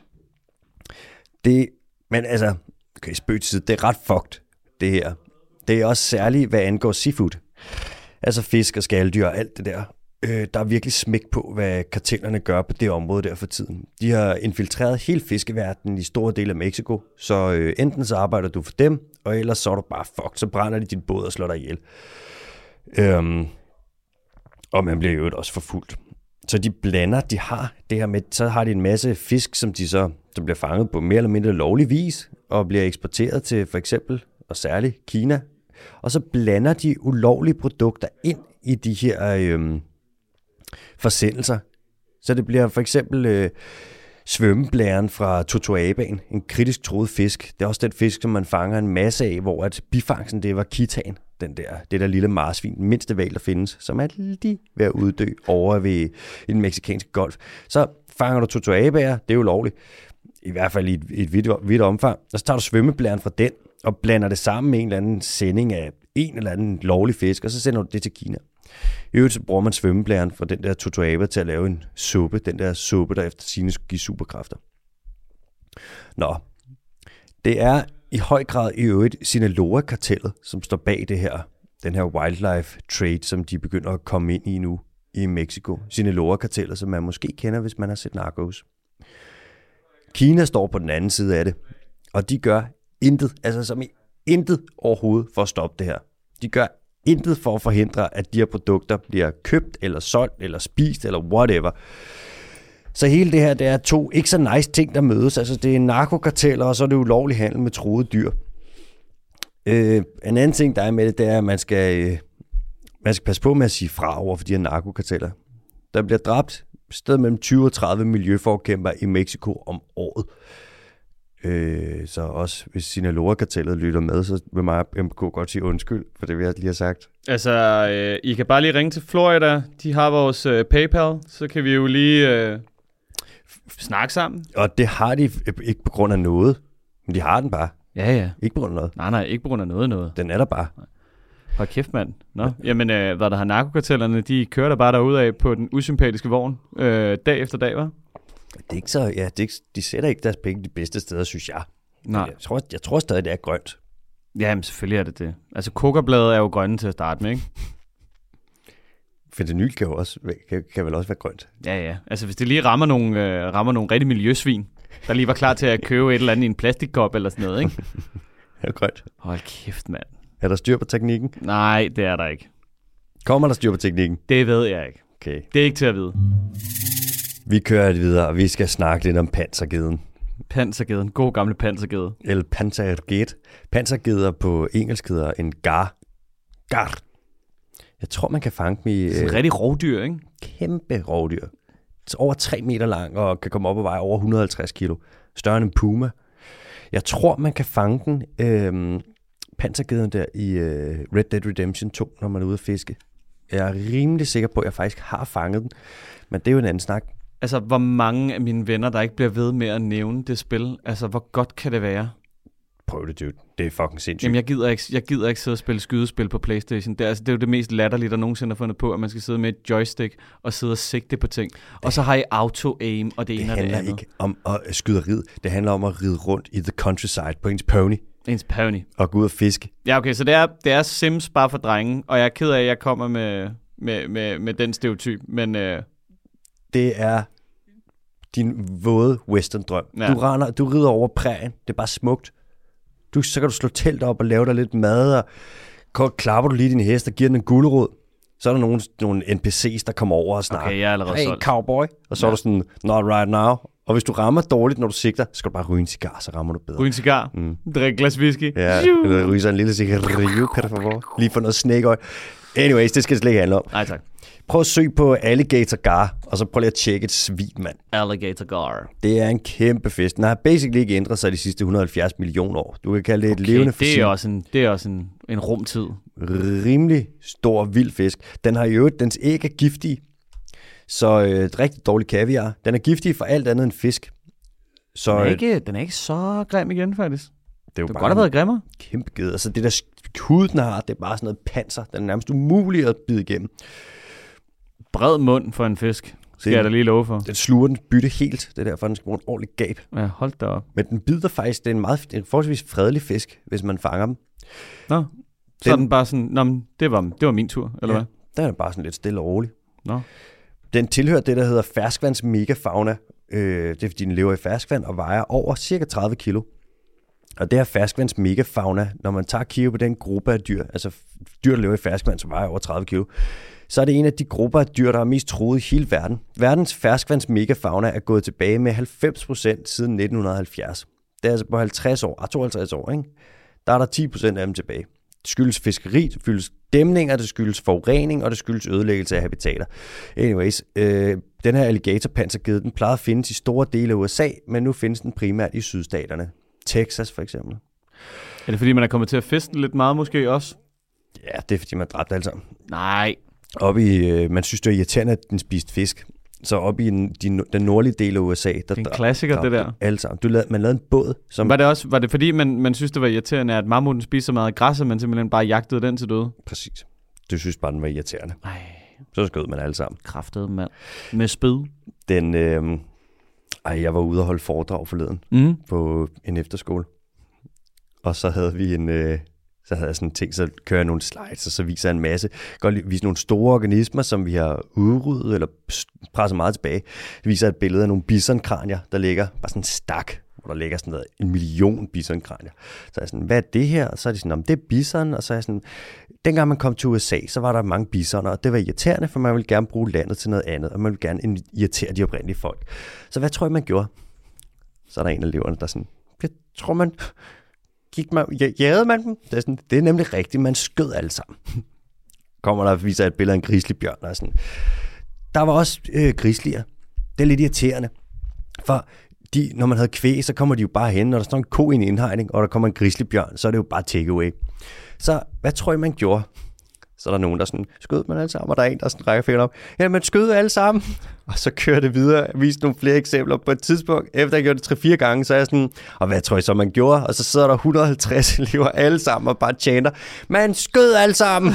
Det, men altså, okay, spøg til side, det er ret fucked, det her. Det er også særligt, hvad angår seafood. Altså fisk og skaldyr og alt det der. Øh, der er virkelig smæk på, hvad kartellerne gør på det område der for tiden. De har infiltreret hele fiskeverdenen i store dele af Mexico, så øh, enten så arbejder du for dem, og ellers så er du bare fucked, så brænder de din båd og slår dig ihjel. Øhm, og man bliver jo også forfulgt. Så de blander, de har det her med, så har de en masse fisk, som de så som bliver fanget på mere eller mindre lovlig vis, og bliver eksporteret til for eksempel, og særligt Kina. Og så blander de ulovlige produkter ind i de her øh, forsendelser. Så det bliver for eksempel øh, svømmeblæren fra totoabaen, en kritisk truet fisk. Det er også den fisk, som man fanger en masse af, hvor at bifangsten, det var kitan, den der, det der lille marsvin, den mindste hval, der findes, som er lige ved at uddø over ved i den mexikanske golf. Så fanger du totoabaer, det er jo lovligt, i hvert fald i et, et vidt, vidt omfang, og så tager du svømmeblæren fra den, og blander det sammen med en eller anden sending af en eller anden lovlig fisk, og så sender du det til Kina. I øvrigt så bruger man svømmeblæren fra den der totoaba til at lave en suppe, den der suppe, der efter sine skulle give superkræfter. Nå, det er i høj grad i øvrigt Sinaloa-kartellet, som står bag det her, den her wildlife trade, som de begynder at komme ind i nu i Mexico. Sinaloa-kartellet, som man måske kender, hvis man har set Narcos. Kina står på den anden side af det, og de gør intet, altså som i intet overhovedet for at stoppe det her. De gør intet for at forhindre, at de her produkter bliver købt, eller solgt, eller spist, eller whatever. Så hele det her, det er to ikke så nice ting, der mødes. Altså det er narkokarteller, og så er det ulovlig handel med truede dyr. Øh, en anden ting, der er med det, det er, at man skal, øh, man skal passe på med at sige fra over for de her narkokarteller. Der bliver dræbt sted mellem tyve og tredive miljøforkæmper i Mexico om året. Øh, så også hvis Sinaloa-kartellet lytter med, så vil mig M K godt sige undskyld for det, vi lige har sagt. Altså, øh, I kan bare lige ringe til Florida. De har vores øh, PayPal, så kan vi jo lige øh, snakke sammen. Og det har de ikke på grund af noget, men de har den bare. Ja, ja. Ikke på grund af noget. Nej, nej, ikke på grund af noget noget. Den er der bare. Hold kæft, mand. Nå, ja. Jamen, øh, hvad der har narkokartellerne, de kører der bare derudad på den usympatiske vogn, øh, dag efter dag, hva'? Det er ikke så, ja, det er ikke, de sætter ikke deres penge de bedste steder, synes jeg. Nej. Jeg tror, jeg tror stadig, det er grønt. Jamen, selvfølgelig er det det. Altså, kokabladet er jo grønne til at starte med, ikke? Fentanyl kan jo også, kan, kan vel også være grønt. Ja, ja. Altså, hvis det lige rammer nogle, øh, rammer nogle rigtig miljøsvin, der lige var klar til at købe et eller andet i en plastikkop eller sådan noget, ikke? Det er grønt. Hold kæft, mand. Er der styr på teknikken? Nej, det er der ikke. Kommer der styr på teknikken? Det ved jeg ikke. Okay. Det er ikke til at vide. Vi kører lidt videre, og vi skal snakke lidt om pansergeden. Pansergeden. God gamle pansergede. El panserged. Pansergeder på engelsk hedder en gar. Gar. Jeg tror, man kan fange dem i... Det er et øh, rigtig rovdyr, ikke? Kæmpe rovdyr. Over tre meter lang og kan komme op og veje over et hundrede og halvtreds kilo. Større end en puma. Jeg tror, man kan fange den øh, pansergeden der i øh, Red Dead Redemption to, når man er ude at fiske. Jeg er rimelig sikker på, at jeg faktisk har fanget den. Men det er jo en anden snak. Altså, hvor mange af mine venner, der ikke bliver ved med at nævne det spil, altså, hvor godt kan det være? Prøv det, dude. Det er fucking sindssygt. Jamen, jeg gider ikke, jeg gider ikke sidde og spille skydespil på PlayStation. Det er, altså, det er jo det mest latterlige, der nogensinde har fundet på, at man skal sidde med et joystick og sidde og sigte på ting. Og så har I auto-aim og det, det ene og det andet. Det handler ikke om at skyde rid. Det handler om at ride rundt i the countryside på ens pony. Ens pony. Og gå ud og fiske. Ja, okay, så det er, det er Sims bare for drenge, og jeg er ked af, at jeg kommer med, med, med, med den stereotyp, men... Øh... Det er din våde western-drøm. Ja. Du, render, du rider over prærien. Det er bare smukt. Du, så kan du slå telt op og lave dig lidt mad, og klapper du lige din hest og giver den en gulerod. Så er der nogle, nogle N P C's, der kommer over og snakker. Okay, jeg er allerede hey, solgt. Cowboy. Og så ja. Er du sådan, not right now. Og hvis du rammer dårligt, når du sigter, så skal du bare ryge en cigar, så rammer du bedre. Ryge en cigar? Mm. Drikke et glas whisky? Ja, eller ryge så en lille cigarillo, per favor. Lige få noget snækøj. Anyways, det skal det slet ikke handle om. Nej, tak. Prøv at søge på Alligator Gar, og så prøv lige at tjekke et svin, mand. Alligator Gar. Det er en kæmpe fisk. Den har basically ikke ændret sig de sidste et hundrede og halvfjerds millioner år. Du kan kalde det et okay, levende fossil. Det er også en, det er også en, en rumtid. Rimelig stor, vild fisk. Den har i øvrigt, dens æg er giftige. Så øh, et rigtig dårligt kaviar. Den er giftig for alt andet end fisk. Så, den, er ikke, den er ikke så grim igen, faktisk. Det er jo bare godt have været grimmere. Kæmpe ged. Altså det der hud, den har, det er bare sådan noget panser. Den er nærmest umulig at bide igennem. Bred mund for en fisk, skal det, jeg da lige love for. Den sluger den bytte helt. Det er derfor, den skal bruge en ordentlig gab. Ja, hold da op. Men den bider faktisk, det er en meget en forholdsvis fredelig fisk, hvis man fanger dem. Nå, så den, den bare sådan, nå, det var, det var min tur, eller ja, hvad? Den er bare sådan lidt stille og rolig. Nå. Den tilhører det, der hedder ferskvands megafauna. Øh, det er, fordi den lever i ferskvand og vejer over cirka tredive kilo. Og det er ferskvands megafauna. Når man tager kigge på den gruppe af dyr, altså dyr, der lever i ferskvand, som vejer over tredive kilo, så er det en af de grupper af dyr, der er mest truet i hele verden. Verdens ferskvands megafauna er gået tilbage med halvfems procent siden nitten halvfjerds. Det er altså på halvtreds år, ah, tooghalvtreds år, ikke? Der er der ti procent af dem tilbage. Det skyldes fiskeri, det skyldes dæmninger, det skyldes forurening, og det skyldes ødelæggelse af habitater. Anyways, øh, den her alligatorpansergede, den plejede at findes i store dele af U S A, men nu findes den primært i sydstaterne. Texas for eksempel. Er det fordi, man er kommet til at fiske lidt meget måske også? Ja, det er fordi, man dræbte alle sammen. Nej. Op i, øh, man synes, det er irriterende, at den spiste fisk. Så op i den, de, den nordlige del af U S A, der det er en klassiker, det der. Alle sammen. Du lavede, man lavede en båd. Som var det også, var det fordi, man, man synes, det var irriterende, at mammuten spiste så meget græs, at man simpelthen bare jagtede den til døde? Præcis. Du synes bare, den var irriterende. Ej. Så skød man alle sammen. Kraftede mand. Med spyd. Den, øh, ej, jeg var ude og holde foredrag forleden mm. på en efterskole. Og så havde vi en... Øh, Så havde jeg sådan tænkt, så kører jeg nogle slides, og så viser jeg en masse, godt vise nogle store organismer, som vi har udryddet eller presset meget tilbage. Det viser et billede af nogle bisonkranier, der ligger bare sådan en stak, hvor der ligger sådan noget, en million bisonkranier. Så er jeg sådan, hvad er det her? Og så er de sådan, det er bison, og så er jeg sådan, dengang man kom til U S A, så var der mange bisoner, og det var irriterende, for man ville gerne bruge landet til noget andet, og man ville gerne irritere de oprindelige folk. Så hvad tror jeg, man gjorde? Så er der en af eleverne, der sådan, jeg tror man... Gik man, jagede man dem? Det er, sådan, det er nemlig rigtigt, man skød alle sammen. Kommer der og viser et billede af en grizzlybjørn. Og sådan. Der var også øh, grizzlyer. Det er lidt irriterende. For de, når man havde kvæg, så kommer de jo bare hen, når der står en ko i en indhegning, og der kommer en grizzlybjørn, så er det jo bare takeaway. Så hvad tror I, man gjorde? Så er der nogen, der sådan, skød man alle sammen, og der er en, der sådan rækker fingeren op. Ja, man skød alle sammen. Og så kører det videre. Jeg viste nogle flere eksempler på et tidspunkt. Efter jeg gjorde det tre-fire gange, så er jeg sådan, og hvad tror I så, man gjorde? Og så sidder der et hundrede og halvtreds elever alle sammen og bare chanter, man skød alle sammen.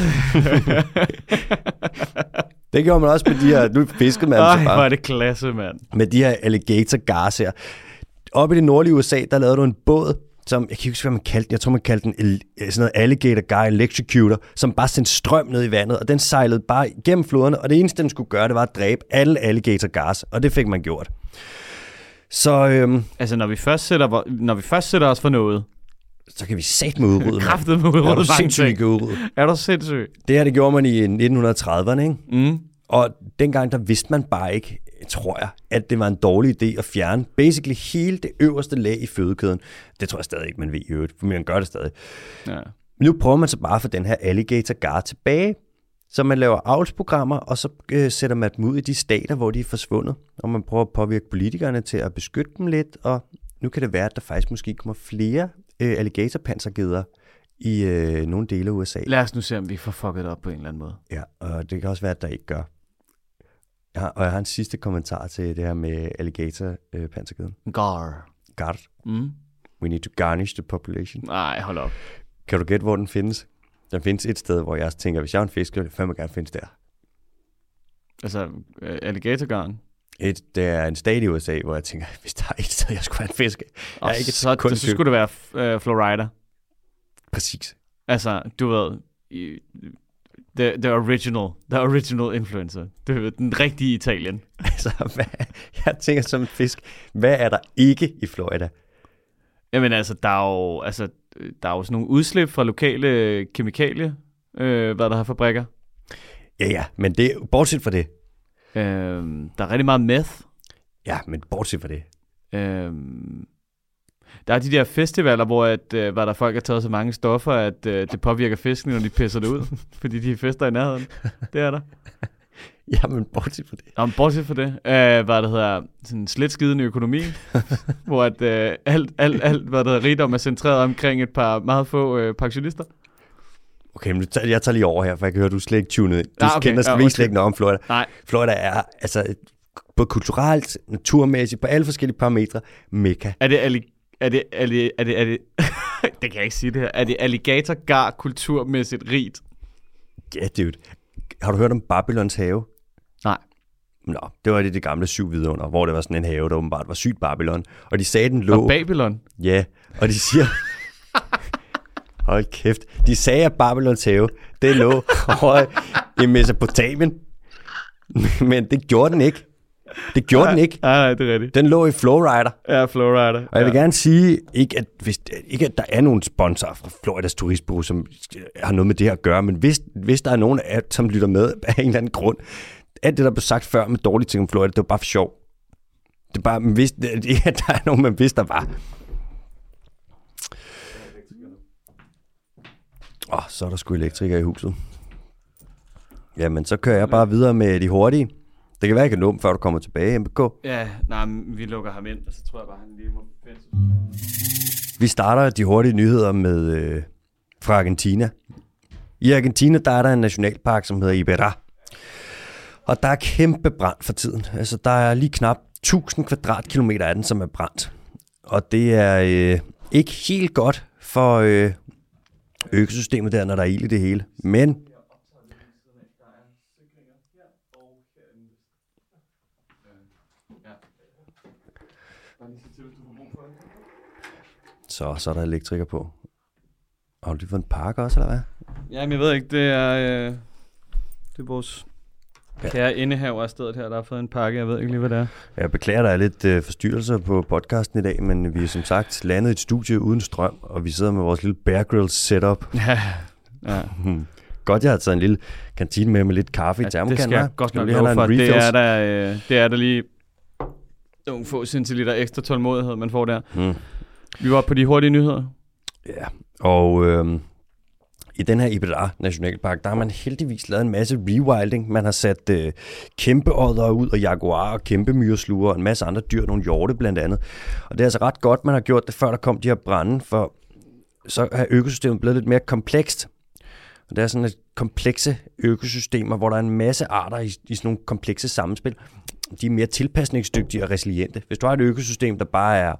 Det gjorde man også med de her, nu fiskede man Ej, så bare. hvor er det klasse, mand. Med de her alligator gars her. Oppe i det nordlige U S A, der lavede du en båd, som, jeg kan ikke huske, hvad man kaldte den. Jeg tror, man kaldte den sådan noget alligator guy electrocutor, som bare sendte strøm ned i vandet, og den sejlede bare igennem floderne, og det eneste, den skulle gøre, det var at dræbe alle alligator gas, og det fik man gjort. Så, øhm, altså, når vi først sætter, når vi først sætter os for noget, så kan vi satme udrydde. Kraftet med udrydde. Er du sindssygt udrydde? Er du sindssyg? Det her, det gjorde man i nitten trediverne, ikke? Mm. Og dengang, der vidste man bare ikke, tror jeg, at det var en dårlig idé at fjerne basically hele det øverste lag i fødekæden. Det tror jeg stadig ikke, man ved i øvrigt, for man gør det stadig. Ja. Men nu prøver man så bare at få den her alligator gar tilbage, så man laver avlsprogrammer, og så øh, sætter man dem ud i de stater, hvor de er forsvundet. Og man prøver at påvirke politikerne til at beskytte dem lidt, og nu kan det være, at der faktisk måske kommer flere øh, alligatorpansergeder i øh, nogle dele af U S A. Lad os nu se, om vi får fucket op på en eller anden måde. Ja, og det kan også være, at der ikke gør. Jeg har, og jeg har en sidste kommentar til det her med alligator-pansergeden. Øh, Gar. Gar. Mm. We need to garnish the population. Nej, hold op. Kan du gætte, hvor den findes? Den findes et sted, hvor jeg tænker, hvis jeg er en fisk, så vil jeg fandme gerne findes der. Altså, uh, alligatorgarn? Et, det er en stat i U S A, hvor jeg tænker, hvis der er et sted, jeg skulle være en fisk. Jeg er ikke ikke så, det, så skulle det være uh, Florida. Præcis. Altså, du ved, i, the, the original, the original influencer. Du ved, den rigtige Italien. Altså, hvad, jeg tænker som en fisk, hvad er der ikke i Florida? Jamen altså, der er jo, altså, der er jo sådan nogle udslip fra lokale kemikalier, øh, hvad der har fabrikker. Ja, ja, men det bortset fra det. Øh, der er rigtig meget meth. Ja, men bortset fra det. Øh, der er de der festivaler, hvor at, øh, hvad der folk har taget så mange stoffer, at øh, det påvirker fiskene, når de pisser det ud, fordi de fester i nærheden. Det er der. Ja, men bortset fra det. Ja, men bortset fra det. Øh, hvad der hedder, sådan slet skidende økonomi, hvor at, øh, alt, alt, alt, hvad der hedder, rigdom er centreret omkring et par meget få øh, pensionister. Okay, men jeg tager lige over her, for jeg kan høre, du er slet ikke tunet ind. Du ah, okay. kender ja, slet ikke noget om Florida. Nej. Florida er altså både kulturelt, naturmæssigt, på alle forskellige parametre, mekka. Er det alli- er det alli- er det er det det kan jeg ikke sige det her. Er det alligatorgar kulturmæssigt rigt? Ja, dude. Har du hørt om Babylons have? Nej. Nå, det var det, det gamle syv vidunder, hvor det var sådan en have, der åbenbart var sygt Babylon. Og de sagde, den lå... Og Babylon? Ja, og de siger... Hold kæft. De sagde, at Babylons have, det lå over i Mesopotamien. Men det gjorde den ikke. Det gjorde nej, den ikke. Nej, nej, det er rigtigt. Den lå i Florida. Ja, Florida. Og jeg vil ja. gerne sige, ikke at, hvis, ikke at der er nogen sponsorer fra Floridas turistbureau, som har noget med det her at gøre, men hvis, hvis der er nogen, som lytter med af en eller anden grund, alt det, der blev sagt før med dårlige ting om Florida, det var bare for sjov. Det er bare, man vidste, ikke at der er nogen, man vidste, der var. Åh, oh, så er der sgu elektriker i huset. Jamen, så kører jeg bare videre med de hurtige. Det kan være, jeg kan nå dem, før du kommer tilbage, M B K. Ja, nej, vi lukker ham ind, og så tror jeg bare, han lige må finde. Vi starter de hurtige nyheder med øh, fra Argentina. I Argentina, der er der en nationalpark, som hedder Iberá. Og der er kæmpe brand for tiden. Altså, der er lige knap tusind kvadratkilometer af den, som er brændt. Og det er øh, ikke helt godt for øh, økosystemet der, når der er ild i det hele. Men... Så, så er der elektriker på. Har du lige fået en pakke også, eller hvad? Jamen, jeg ved ikke, det er, øh, det er vores ja. kære indehaver af stedet her, der har fået en pakke. Jeg ved ikke lige, hvad det er. Jeg beklager, der er lidt øh, forstyrrelser på podcasten i dag, men vi er som sagt landet i et studie uden strøm, og vi sidder med vores lille Bear Grylls setup. Ja, ja. Godt, jeg har taget en lille kantine med med lidt kaffe i termokanden. Det skal jeg godt nok love for. Det er, der, øh, det er der lige nogle få centiliter ekstra tålmodighed, man får der. Hmm. Vi var på de hurtige nyheder. Ja, og øh, I den her Ibera Nationalpark, der har man heldigvis lavet en masse rewilding. Man har sat øh, kæmpeodder ud, og jaguar og kæmpe myresluger, og en masse andre dyr, nogle hjorte blandt andet. Og det er altså ret godt, man har gjort det, før der kom de her brande, for så er økosystemet blevet lidt mere komplekst. Og det er sådan et komplekse økosystemer, hvor der er en masse arter i, i sådan nogle komplekse sammenspil. De er mere tilpasningsdygtige og resiliente. Hvis du har et økosystem, der bare er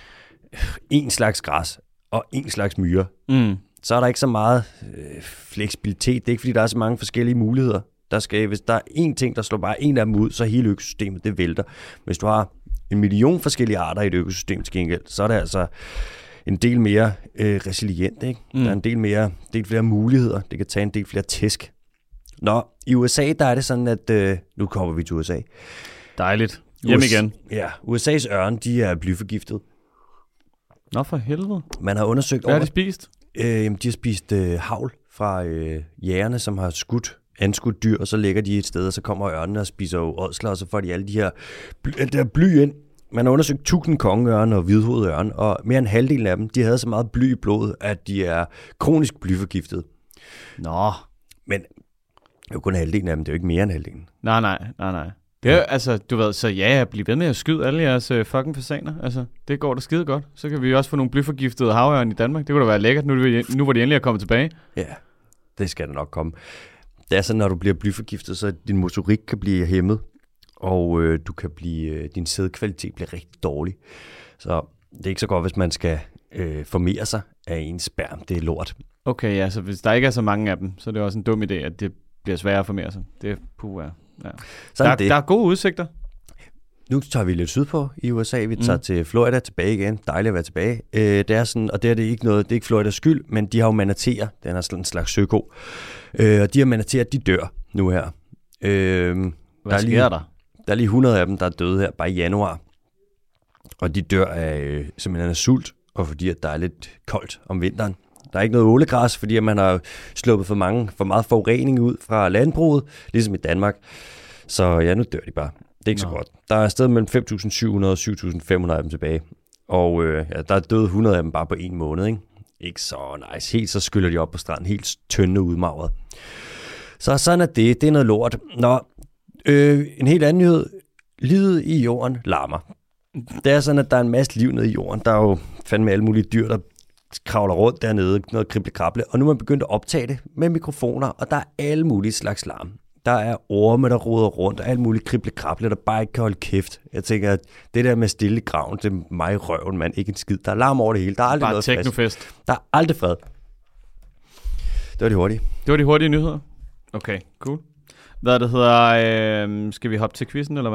en slags græs og en slags myre, mm. så er der ikke så meget øh, fleksibilitet. Det er ikke, fordi der er så mange forskellige muligheder. Der skal, hvis der er én ting, der slår bare en af dem ud, så er hele økosystemet, det vælter. Hvis du har en million forskellige arter i et økosystem til gengæld, så er det altså en del mere øh, resilient. Ikke? Mm. Der er en del, mere, del flere muligheder. Det kan tage en del flere tæsk. Nå, i U S A, der er det sådan, at... Øh, nu kommer vi til U S A. Dejligt. Hjem igen. Ja, U S A's ørn, de er blyforgiftet. Nå, for helvede. Man har undersøgt... Hvad har de spist? Øh, de har spist øh, havl fra øh, jægerne, som har skudt, anskudt dyr, og så lægger de et sted, og så kommer ørnene og spiser jo ådsler, og så får de alle de her bly, der bly ind. Man har undersøgt tusind kongeørne og hvidhovedet ørne, og mere end halvdelen af dem, de havde så meget bly i blodet, at de er kronisk blyforgiftet. Nå. Men det er jo kun halvdelen af dem, det er jo ikke mere end halvdelen. Nej, nej, nej, nej. Det er jo, altså, du ved, så ja, jeg bliver ved med at skyde alle jeres uh, fucking fasaner. Altså, det går da skide godt. Så kan vi også få nogle blyforgiftede havørn i Danmark. Det kunne da være lækkert, nu, nu hvor de endelig er kommet tilbage. Ja, det skal der nok komme. Det er sådan, når du bliver blyforgiftet, så din motorik kan blive hæmmet, og øh, du kan blive, øh, din sædkvalitet bliver rigtig dårlig. Så det er ikke så godt, hvis man skal øh, formere sig af en sperm. Det er lort. Okay, ja, så hvis der ikke er så mange af dem, så er det også en dum idé, at det bliver sværere at formere sig. Det er puha. Ja. Der, der er gode udsigter. Nu tager vi lidt sydpå i U S A. Vi tager mm. til Florida tilbage igen. Dejligt at være tilbage. Øh, det er sådan, og det er det ikke noget, det er ikke Floridas skyld, men de har jo manateer. Den er sådan en slags søko. Øh, og de her manateer, de dør nu her. Øh, Hvad der sker lige, der? Der er lige hundrede af dem, der er døde her bare i januar. Og de dør af øh, simpelthen af sult, og fordi at der er lidt koldt om vinteren. Der er ikke noget ålegræs, fordi at man har sluppet for, mange, for meget forurening ud fra landbruget, ligesom i Danmark. Så ja, nu dør de bare. Det er ikke Nå. så godt. Der er stadig mellem fem tusind syv hundrede og syv tusind fem hundrede af dem tilbage. Og øh, ja, der er døde hundrede af dem bare på en måned. Ikke, ikke så nice. Helt så skyller de op på stranden, helt tynde og udmagret. Så sådan er det. Det er noget lort. Nå, øh, en helt anden nyhed. Livet i jorden larmer. Det er sådan, at der er en masse liv nede i jorden. Der er jo fandme alle mulige dyr, der kravler rundt dernede, noget krible-krable, og nu er man begyndt at optage det med mikrofoner, og der er alle mulige slags larm. Der er orme, der roder rundt, og alle mulige krible-krable, der bare ikke kan holde kæft. Jeg tænker, at det der med stille i graven, det er mig i røven, man. Ikke en skid. Der er larm over det hele. Der er aldrig bare noget teknofest. Fast. Der er aldrig fred. Det var de hurtige. Det var de hurtige nyheder? Okay, cool. Hvad det hedder, øh, skal vi hoppe til quizzen, eller hvad?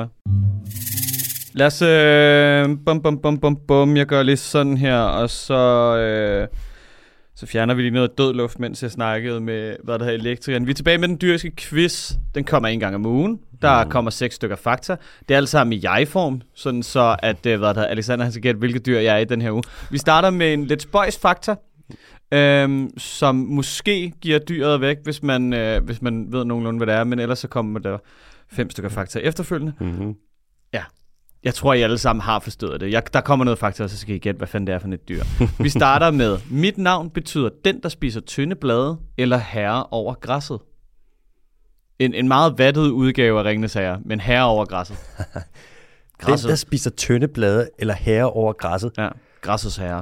Lad os, øh, bum, bum, bum, bum, bum, jeg gør lige sådan her, og så, øh, så fjerner vi lige noget død luft, mens jeg snakkede med, hvad der hedder, elektrikeren. Vi er tilbage med den dyriske quiz. Den kommer en gang om ugen. Der mm. kommer seks stykker fakta. Det er alle sammen i jeg-form, sådan så at, øh, hvad der hedder, Alexander han skal gætte, hvilke dyr jeg er i den her uge. Vi starter med en lidt spøjs fakta, øh, som måske giver dyret væk, hvis man, øh, hvis man ved nogenlunde, hvad det er, men ellers så kommer der fem stykker fakta efterfølgende. Mm-hmm. Ja. Jeg tror, I alle sammen har forstået det. Jeg, der kommer noget fakta, og så skal I gætte, hvad fanden det er for et dyr. Vi starter med, mit navn betyder den, der spiser tynde blade, eller herre over græsset. En, en meget vattet udgave af Ringenes Herre, men herre over græsset. græsset. Den, der spiser tynde blade, eller herre over græsset. Ja, græssets herre.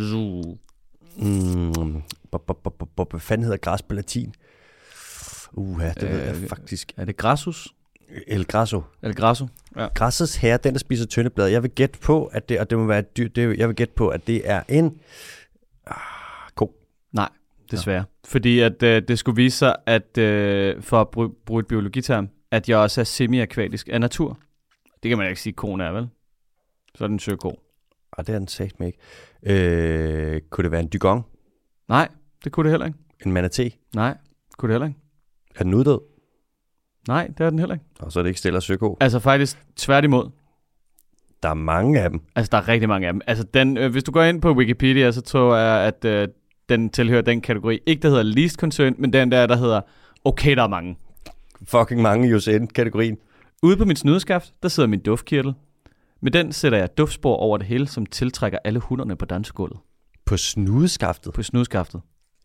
Mm, hvad fanden hedder græs på latin? Uha, det øh, ved jeg faktisk. Er det grassus? El grasso. El grasso, ja. Græssets herre, den der spiser tynde blade. Jeg vil gætte på, at det, og det må være et dyr, det, jeg vil gætte på, at det er en ah, ko. Nej, desværre. Ja. Fordi at øh, det skulle vise sig, at øh, for at bruge, bruge et biologiterm, at jeg også er semi-akvatisk af natur. Det kan man ikke sige, koen er, vel? Så er den søko. Og det er den sagt med ikke. Øh, kunne det være en dugong? Nej, det kunne det heller ikke. En manatee? Nej, kunne det heller ikke. Er den uddød? Nej, det er den heller ikke. Og så er det ikke stille og søko? Altså faktisk tværtimod. Der er mange af dem. Altså der er rigtig mange af dem. Altså den, øh, hvis du går ind på Wikipedia, så tror jeg, at øh, den tilhører den kategori. Ikke der hedder least concern, men den der, der hedder okay, der er mange. Fucking mange i U S A-kategorien. Ude på min snudeskaft, der sidder min duftkirtel. Med den sætter jeg duftspor over det hele, som tiltrækker alle hunderne på dansegulvet. På snudeskaftet? På snudeskaftet.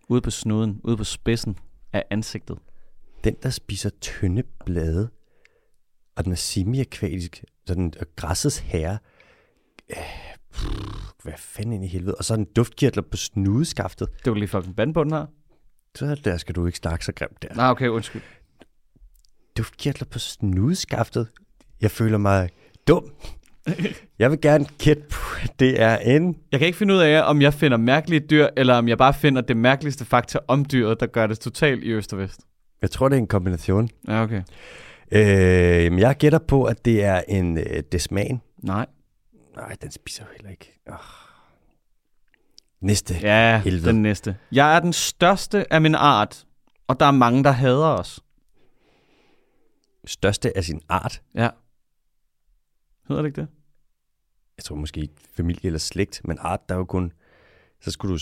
Ude på snuden, ude på spidsen af ansigtet. Den, der spiser tynde blade, og den er semi-akvatisk, sådan og græssets herre. Øh, pff, hvad fanden ind i helvede? Og så er den duftkirtler på snudeskaftet. Det var lige fucking bande på den her. Så der skal du ikke snakke så grimt der. Nej, okay, undskyld. Duftkirtler på snudeskaftet? Jeg føler mig dum. Jeg vil gerne gætte på, at det er en... Jeg kan ikke finde ud af, om jeg finder mærkelige dyr, eller om jeg bare finder det mærkeligste fakta om dyret, der gør det totalt i øst og vest. Jeg tror, det er en kombination. Ja, okay. Øh, jeg gætter på, at det er en øh, desman. Nej. Nej, den spiser jo heller ikke. Oh. Næste. Ja, helvede. Den næste. Jeg er den største af min art, og der er mange, der hader os. Største af sin art? Ja. Hedder det ikke det? Jeg tror måske familie eller slægt, men art, der er jo kun... Så skulle du...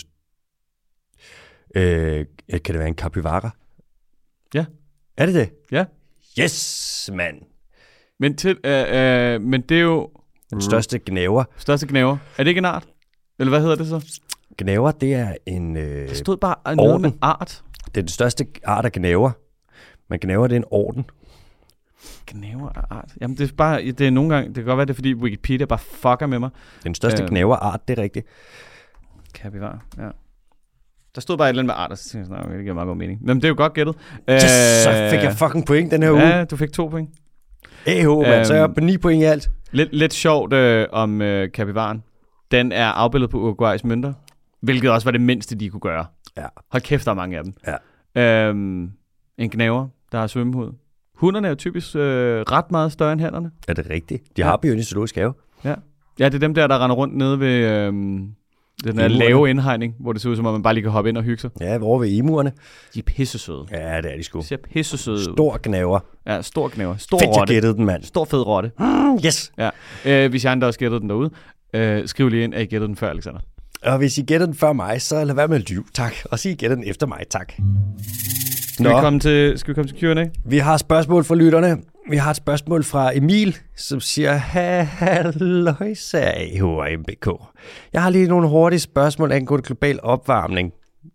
Øh, kan det være en capybara? Ja. Er det det? Ja. Yes, mand. Men, til, øh, øh, men det er jo... Den største gnæver. Største gnæver. Er det ikke en art? Eller hvad hedder det så? Gnæver, det er en... Øh, det stod bare noget med art. Det er den største art af gnæver. Men gnæver, det er en orden. Gnæver af art. Jamen det er bare, det er nogle gange, det kan godt være det, er, fordi Wikipedia bare fucker med mig. Den største øh, gnæverart, det er rigtigt. Capybara, ja. Der stod bare et eller andet med art, og så tænkte jeg sådan, okay, det giver meget god mening. Men det er jo godt gættet. Yes, øh, så fik jeg fucking point den her uge. Ja, du fik to point. Æh, ho, man, så er jeg på ni point i alt. Lidt, lidt sjovt øh, om øh, capybaren. Den er afbildet på Uruguays mønter, hvilket også var det mindste, de kunne gøre. Ja. Hold kæft, der er mange af dem. Ja. Øhm, en gnæver, der har svømmehud. Hunderne er jo typisk øh, ret meget større end hannerne. Er det rigtigt? De ja. har bionisk zoologisk have. Ja. Ja, det er dem der, der render rundt nede ved øh, den der lave indhegning, hvor det ser ud som om, man bare lige kan hoppe ind og hygge sig. Ja, over ved emuerne. De er pissesøde. Ja, det er de sgu. De ser pissesøde ud. Stor gnæver. Ja, stor gnæver. Stor Fedt, rotte. jeg gættede den, mand. Stor fed rotte. Mm, yes. Ja. Øh, hvis jeg andre også gættede den derude, øh, skriv lige ind, at I gættede den før, Alexander. Og hvis I gætter den før mig, så lad være med at lyve. Tak. Og så I gætter den efter mig. Tak. Skal, vi komme, til, skal vi komme til Q and A? Vi har spørgsmål fra lytterne. Vi har et spørgsmål fra Emil, som siger, halløjsa A H M B K. Jeg har lige nogle hurtige spørgsmål angående global opvarmning.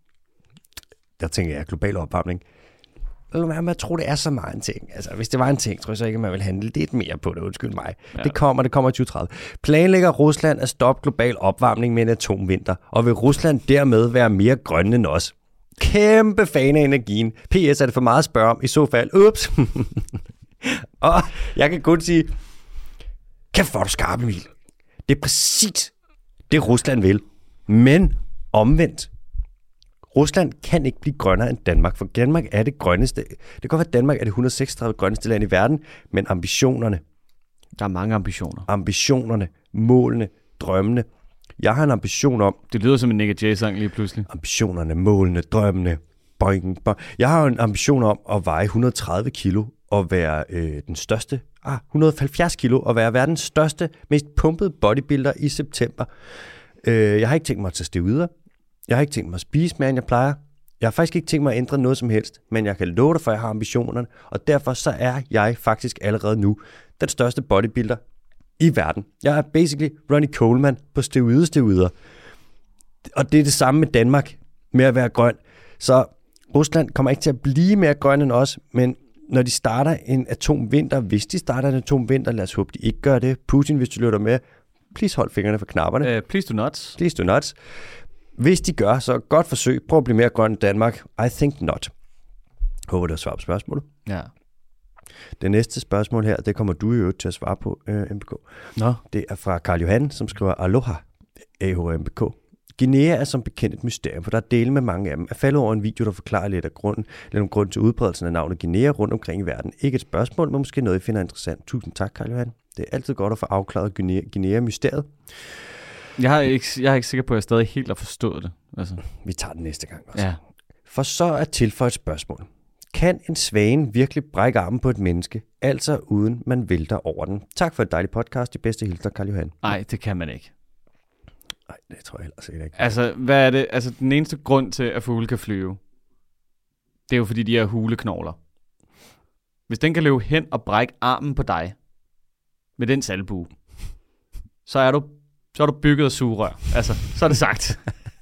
Der tænker jeg, global opvarmning. Lad mig med at tro, det er så meget en ting. Altså, hvis det var en ting, tror jeg så ikke, at man vil handle lidt mere på det. Undskyld mig. Ja. Det kommer, det kommer i tyve tredive. Planlægger Rusland at stoppe global opvarmning med en atomvinter? Og vil Rusland dermed være mere grønne end os? Kæmpe fan af energien. P S er det for meget at spørge om. I så fald, ups. Og jeg kan kun sige, kæft hvor er du skarp, Emil. Det er præcis det, Rusland vil. Men omvendt. Rusland kan ikke blive grønnere end Danmark, for Danmark er det grønneste. Det kan godt være, at Danmark er det et hundrede og seksogtredive grønneste land i verden, men ambitionerne. Der er mange ambitioner. Ambitionerne, målene, drømmene. Jeg har en ambition om... Det lyder som en Nick Jay-sang lige pludselig. Ambitionerne, målene, drømmene. Boing, boing. Jeg har en ambition om at veje et hundrede og tredive kilo og være øh, den største, ah, et hundrede og halvfjerds kilo og være verdens største, mest pumpede bodybuilder i september. Øh, jeg har ikke tænkt mig at tage steroider. Jeg har ikke tænkt mig at spise mere, end jeg plejer. Jeg har faktisk ikke tænkt mig at ændre noget som helst, men jeg kan love dig, for jeg har ambitionerne, og derfor så er jeg faktisk allerede nu den største bodybuilder i verden. Jeg er basically Ronnie Coleman på steroide-steroider. Og det er det samme med Danmark, med at være grøn. Så Rusland kommer ikke til at blive mere grøn end os, men når de starter en atomvinter, hvis de starter en atomvinter, lad os håbe, de ikke gør det. Putin, hvis du lytter med, please hold fingrene for knapperne. Uh, please do not. Please do not. Hvis de gør, så godt forsøg. Prøv at blive mere grøn end Danmark. I think not. Håber, det var svar på spørgsmålet. Ja. Det næste spørgsmål her, det kommer du jo til at svare på, uh, M B K. Nå. Det er fra Karl Johan, som skriver, Aloha, A H M B K. Guinea er som bekendt et mysterium, for der er dele med mange af dem. Jeg faldet over en video, der forklarer lidt af grunden, lidt om grunden til udbredelsen af navnet Guinea rundt omkring i verden. Ikke et spørgsmål, men måske noget, I finder interessant. Tusind tak, Karl Johan. Det er altid godt at få afklaret Guinea, Guinea-mysteriet. Jeg er, ikke, jeg er ikke sikker på, at jeg stadig helt har forstået det. Altså. Vi tager den næste gang også. Ja. For så er tilføjet spørgsmål. Kan en svane virkelig brække armen på et menneske, altså uden man vælter over den? Tak for et dejligt podcast. De bedste hilsner, Karl Johan. Nej, det kan man ikke. Nej, det tror jeg ellers ikke. Altså, hvad er det? Altså, den eneste grund til, at fugle kan flyve, det er jo fordi, de har huleknogler. Hvis den kan løbe hen og brække armen på dig, med den salbue, så er du, så er du bygget af sugerør. Altså, så er det sagt.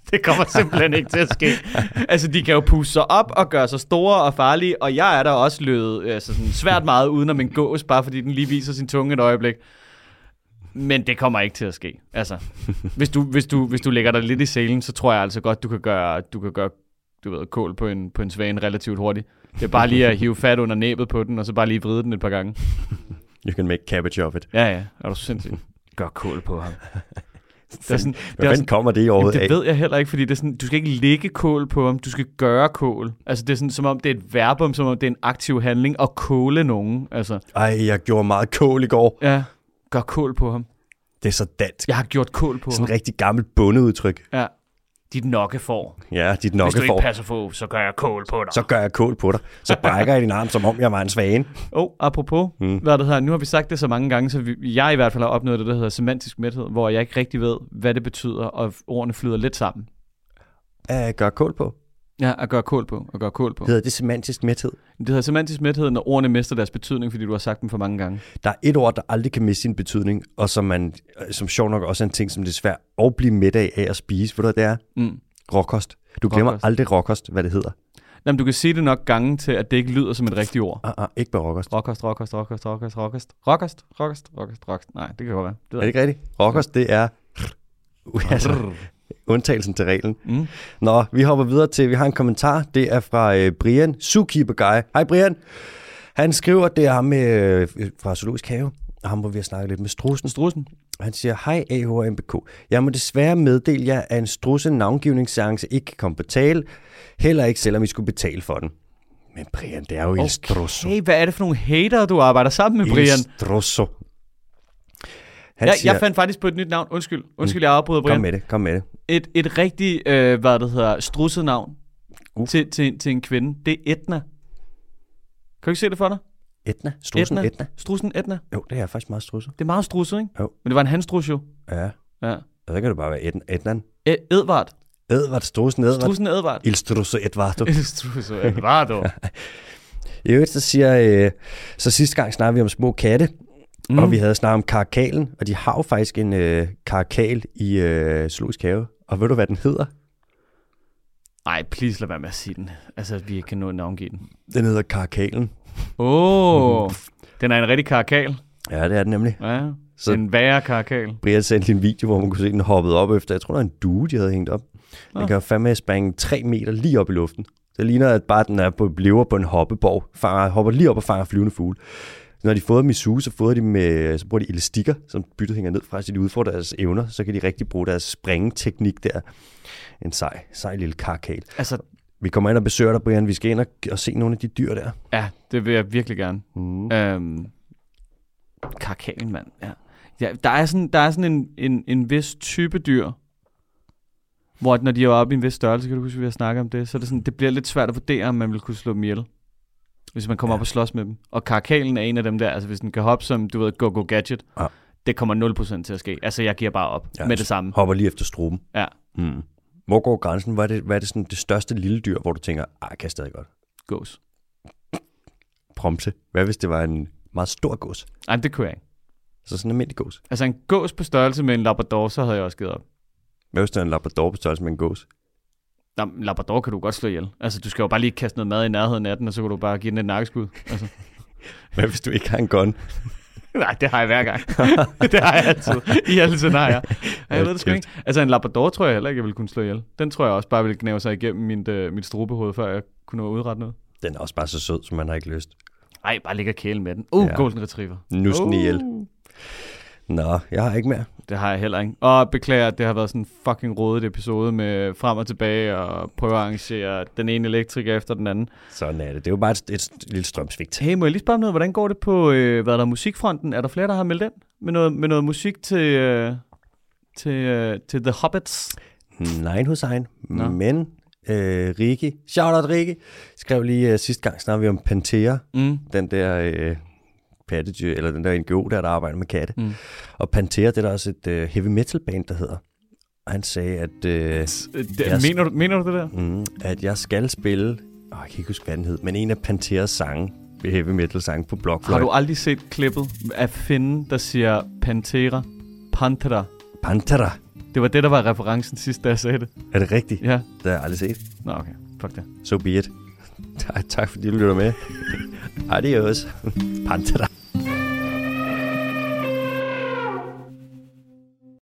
Det kommer simpelthen ikke til at ske. Altså, de kan jo puste sig op og gøre sig store og farlige, og jeg er der også løbet altså sådan svært meget udenom en gås, bare fordi den lige viser sin tunge et øjeblik. Men det kommer ikke til at ske. Altså, hvis du, hvis du, hvis du lægger dig lidt i selen, så tror jeg altså godt, du kan gøre, du kan gøre du ved, kål på en, på en svane relativt hurtigt. Det er bare lige at hive fat under næbet på den, og så bare lige vride den et par gange. You can make cabbage of it. Ja, ja. Er du sindssygt? Gør kål på ham. Det er sådan, Hvordan sådan, kommer det i overhovedet af? Det ved jeg heller ikke, fordi det er sådan, du skal ikke lægge kål på ham, du skal gøre kål. Altså det er sådan, som om det er et verbum, som om det er en aktiv handling, at kåle nogen. Altså. Ej, jeg gjorde meget kål i går. Ja, gør kål på ham. Det er så dansk. Jeg har gjort kål på sådan ham. Sådan et rigtig gammelt bondeudtryk. Ja. Dit nokkefår. Ja, dit nokkefår. Hvis du ikke passer på, så gør jeg kål på dig. Så gør jeg kål på dig. Så brækker jeg din arm, som om jeg var en svane. Åh, oh, apropos, mm. hvad det hedder, nu har vi sagt det så mange gange, så vi, jeg i hvert fald har opnået det, der hedder semantisk mæthed, hvor jeg ikke rigtig ved, hvad det betyder, og ordene flyder lidt sammen. At gøre kål på? Ja, at gøre kål på. At gøre kål på. Hedder det semantisk mæthed? Det hedder semantisk mæthed, når ordene mister deres betydning, fordi du har sagt dem for mange gange. Der er et ord, der aldrig kan miste sin betydning, og som man, som sjovt nok også er en ting, som det er svært at blive mæt af, af at spise. Ved du, hvad det er? Mm. Råkost. Du glemmer råkost. Aldrig råkost, hvad det hedder. Jamen, du kan sige det nok gange til, at det ikke lyder som et rigtigt ord. Ah, ah, ikke bare råkost. Råkost, råkost, råkost, råkost, råkost. Råkost, råkost, råkost, råkost. Nej, det kan godt være. Det er det ikke rigtigt? Råkost, det er altså, undtagelsen til reglen. Mm. Nå, vi hopper videre til, vi har en kommentar. Det er fra øh, Brian, Zookeeper Guy. Hej Brian. Han skriver, det er ham øh, fra Zoologisk Have, og ham, hvor vi har snakket lidt med strudsen. Strudsen. Han siger, hej A H M B K. Jeg må desværre meddele jer, at en strusse navngivningsseance ikke kan komme på tale. Heller ikke, selvom I skulle betale for den. Men Brian, det er jo okay. Il Strusso. Hey, hvad er det for nogle hater, du arbejder sammen med, Brian? Il Strusso. Ja, siger, jeg fandt faktisk på et nyt navn. Undskyld, Undskyld, jeg afbryder, Brian. Kom med det, kom med det. Et, et rigtig, øh, hvad det hedder, strusset navn uh. til, til, til en kvinde. Det er Etna. Kan du ikke se det for dig? Etna? Strussen Etna? Etna? Strussen Etna? Jo, det er faktisk meget strusset. Det er meget strusset, ikke? Jo. Men det var en hanstrus jo. Ja. Ja. Og så kan det bare være Etna. Etnan. E- Edvard. Edvard, strussen Edvard. Strussen Edvard. Il Strusso Edvardo. Il Strusso Edvardo. I øvrigt, så siger øh, så sidste gang snakkede vi om små katte, mm. og vi havde snakket om karakalen, og de har jo faktisk en øh, karakal i øh, Zoologisk Have. Og ved du, hvad den hedder? Nej, please lad være med at sige den. Altså, at vi ikke kan nå at navngive den. Den hedder karakalen. Åh, oh, den er en rigtig karakal. Ja, det er den nemlig. Ja, så en værre karakal. Brian sendte en video, hvor man kunne se den hoppet op efter, jeg tror, der er en due, de havde hængt op. Den ah. kan jo fandme springe tre meter lige op i luften. Det ligner, at bare den er på, lever på en hoppeborg, fanger, hopper lige op og fanger flyvende fugle. Når de fodrer dem i suge, så, fodrer de med, så bruger de elastikker, som byttet hænger ned fra, så de udfordrer deres evner, så kan de rigtig bruge deres springeteknik der. En sej, sej lille karakal. Altså, vi kommer ind og besøger dig, Brian. Vi skal ind og, og se nogle af de dyr der. Ja, det vil jeg virkelig gerne. Mm. Øhm, karakalen, mand. Ja. Ja, der er sådan, der er sådan en, en, en vis type dyr, hvor når de er oppe i en vis størrelse, kan du huske, vi har snakket om det, så er det, sådan, det bliver lidt svært at vurdere, om man vil kunne slå dem ihjel, hvis man kommer ja. op og slås med dem. Og karakalen er en af dem der, altså hvis den kan hoppe som, du ved, Go-Go Gadget, ja. det kommer nul procent til at ske. Altså, jeg giver bare op ja, med det samme. Hopper lige efter struben. Ja. Mm. Hvor går grænsen? Hvad er det, hvad er det, sådan, det største lille dyr, hvor du tænker, ej, kan jeg stadig godt? Gås. Promse. Hvad hvis det var en meget stor gås? Nej, det kunne jeg ikke. Så sådan en almindelig gås? Altså en gås på størrelse med en labrador, så havde jeg også givet op. Hvad hvis der er en labrador på størrelse med en gås? Nå, en labrador kan du godt slå ihjel. Altså, du skal jo bare lige kaste noget mad i nærheden af den, og så kan du bare give den et nakkeskud. Altså. Hvad hvis du ikke har en gun? Nej, det har jeg hver gang. Det har jeg altid. I alle scenarier. Jeg ved det sgu ikke. Altså, en labrador tror jeg heller ikke, jeg ville kunne slå ihjel. Den tror jeg også bare ville gnave sig igennem mit, uh, mit strubehoved, før jeg kunne nå at udrette noget. Den er også bare så sød, som man har ikke lyst. Nej, bare ligge og kæle med den. Uh, ja. Golden Retriever. Nusten uh. ihjel. Nå, jeg har ikke mere. Det har jeg heller ikke. Og beklager, at det har været sådan en fucking rodet episode med frem og tilbage og prøve at arrangere den ene elektriker efter den anden. Sådan er det. Det er jo bare et, et, et lille strømsvigt. Hey, må jeg lige spørge noget? Hvordan går det på, øh, hvad er der, musikfronten? Er der flere, der har meldt ind med noget, med noget musik til, øh, til, øh, til The Hobbits? Nej, Hussein. Nå. Men øh, Rikke, shout out Rikke, skrev lige øh, sidste gang, snakkede vi om Pantera. Mm. Den der... Øh, pattedyr, eller den der N G O, der, der arbejder med katte. Mm. Og Pantera, det er der også et uh, heavy metal band, der hedder. Og han sagde, at... Uh, det, mener, du, mener du det der? Mm, at jeg skal spille... Åh, jeg kan ikke huske, hvad den hed, men en af Panteras sange, heavy metal sange på Blockfløjt. Har du aldrig set klippet af Finn, der siger Pantera? Pantera. Pantera. Det Det var det, der var referencen sidst, da jeg sagde det. Er det rigtigt? Ja. Det har jeg aldrig set. Nå, okay. Fuck det. So be it. Tak fordi du lytter med. Adios. Pantera.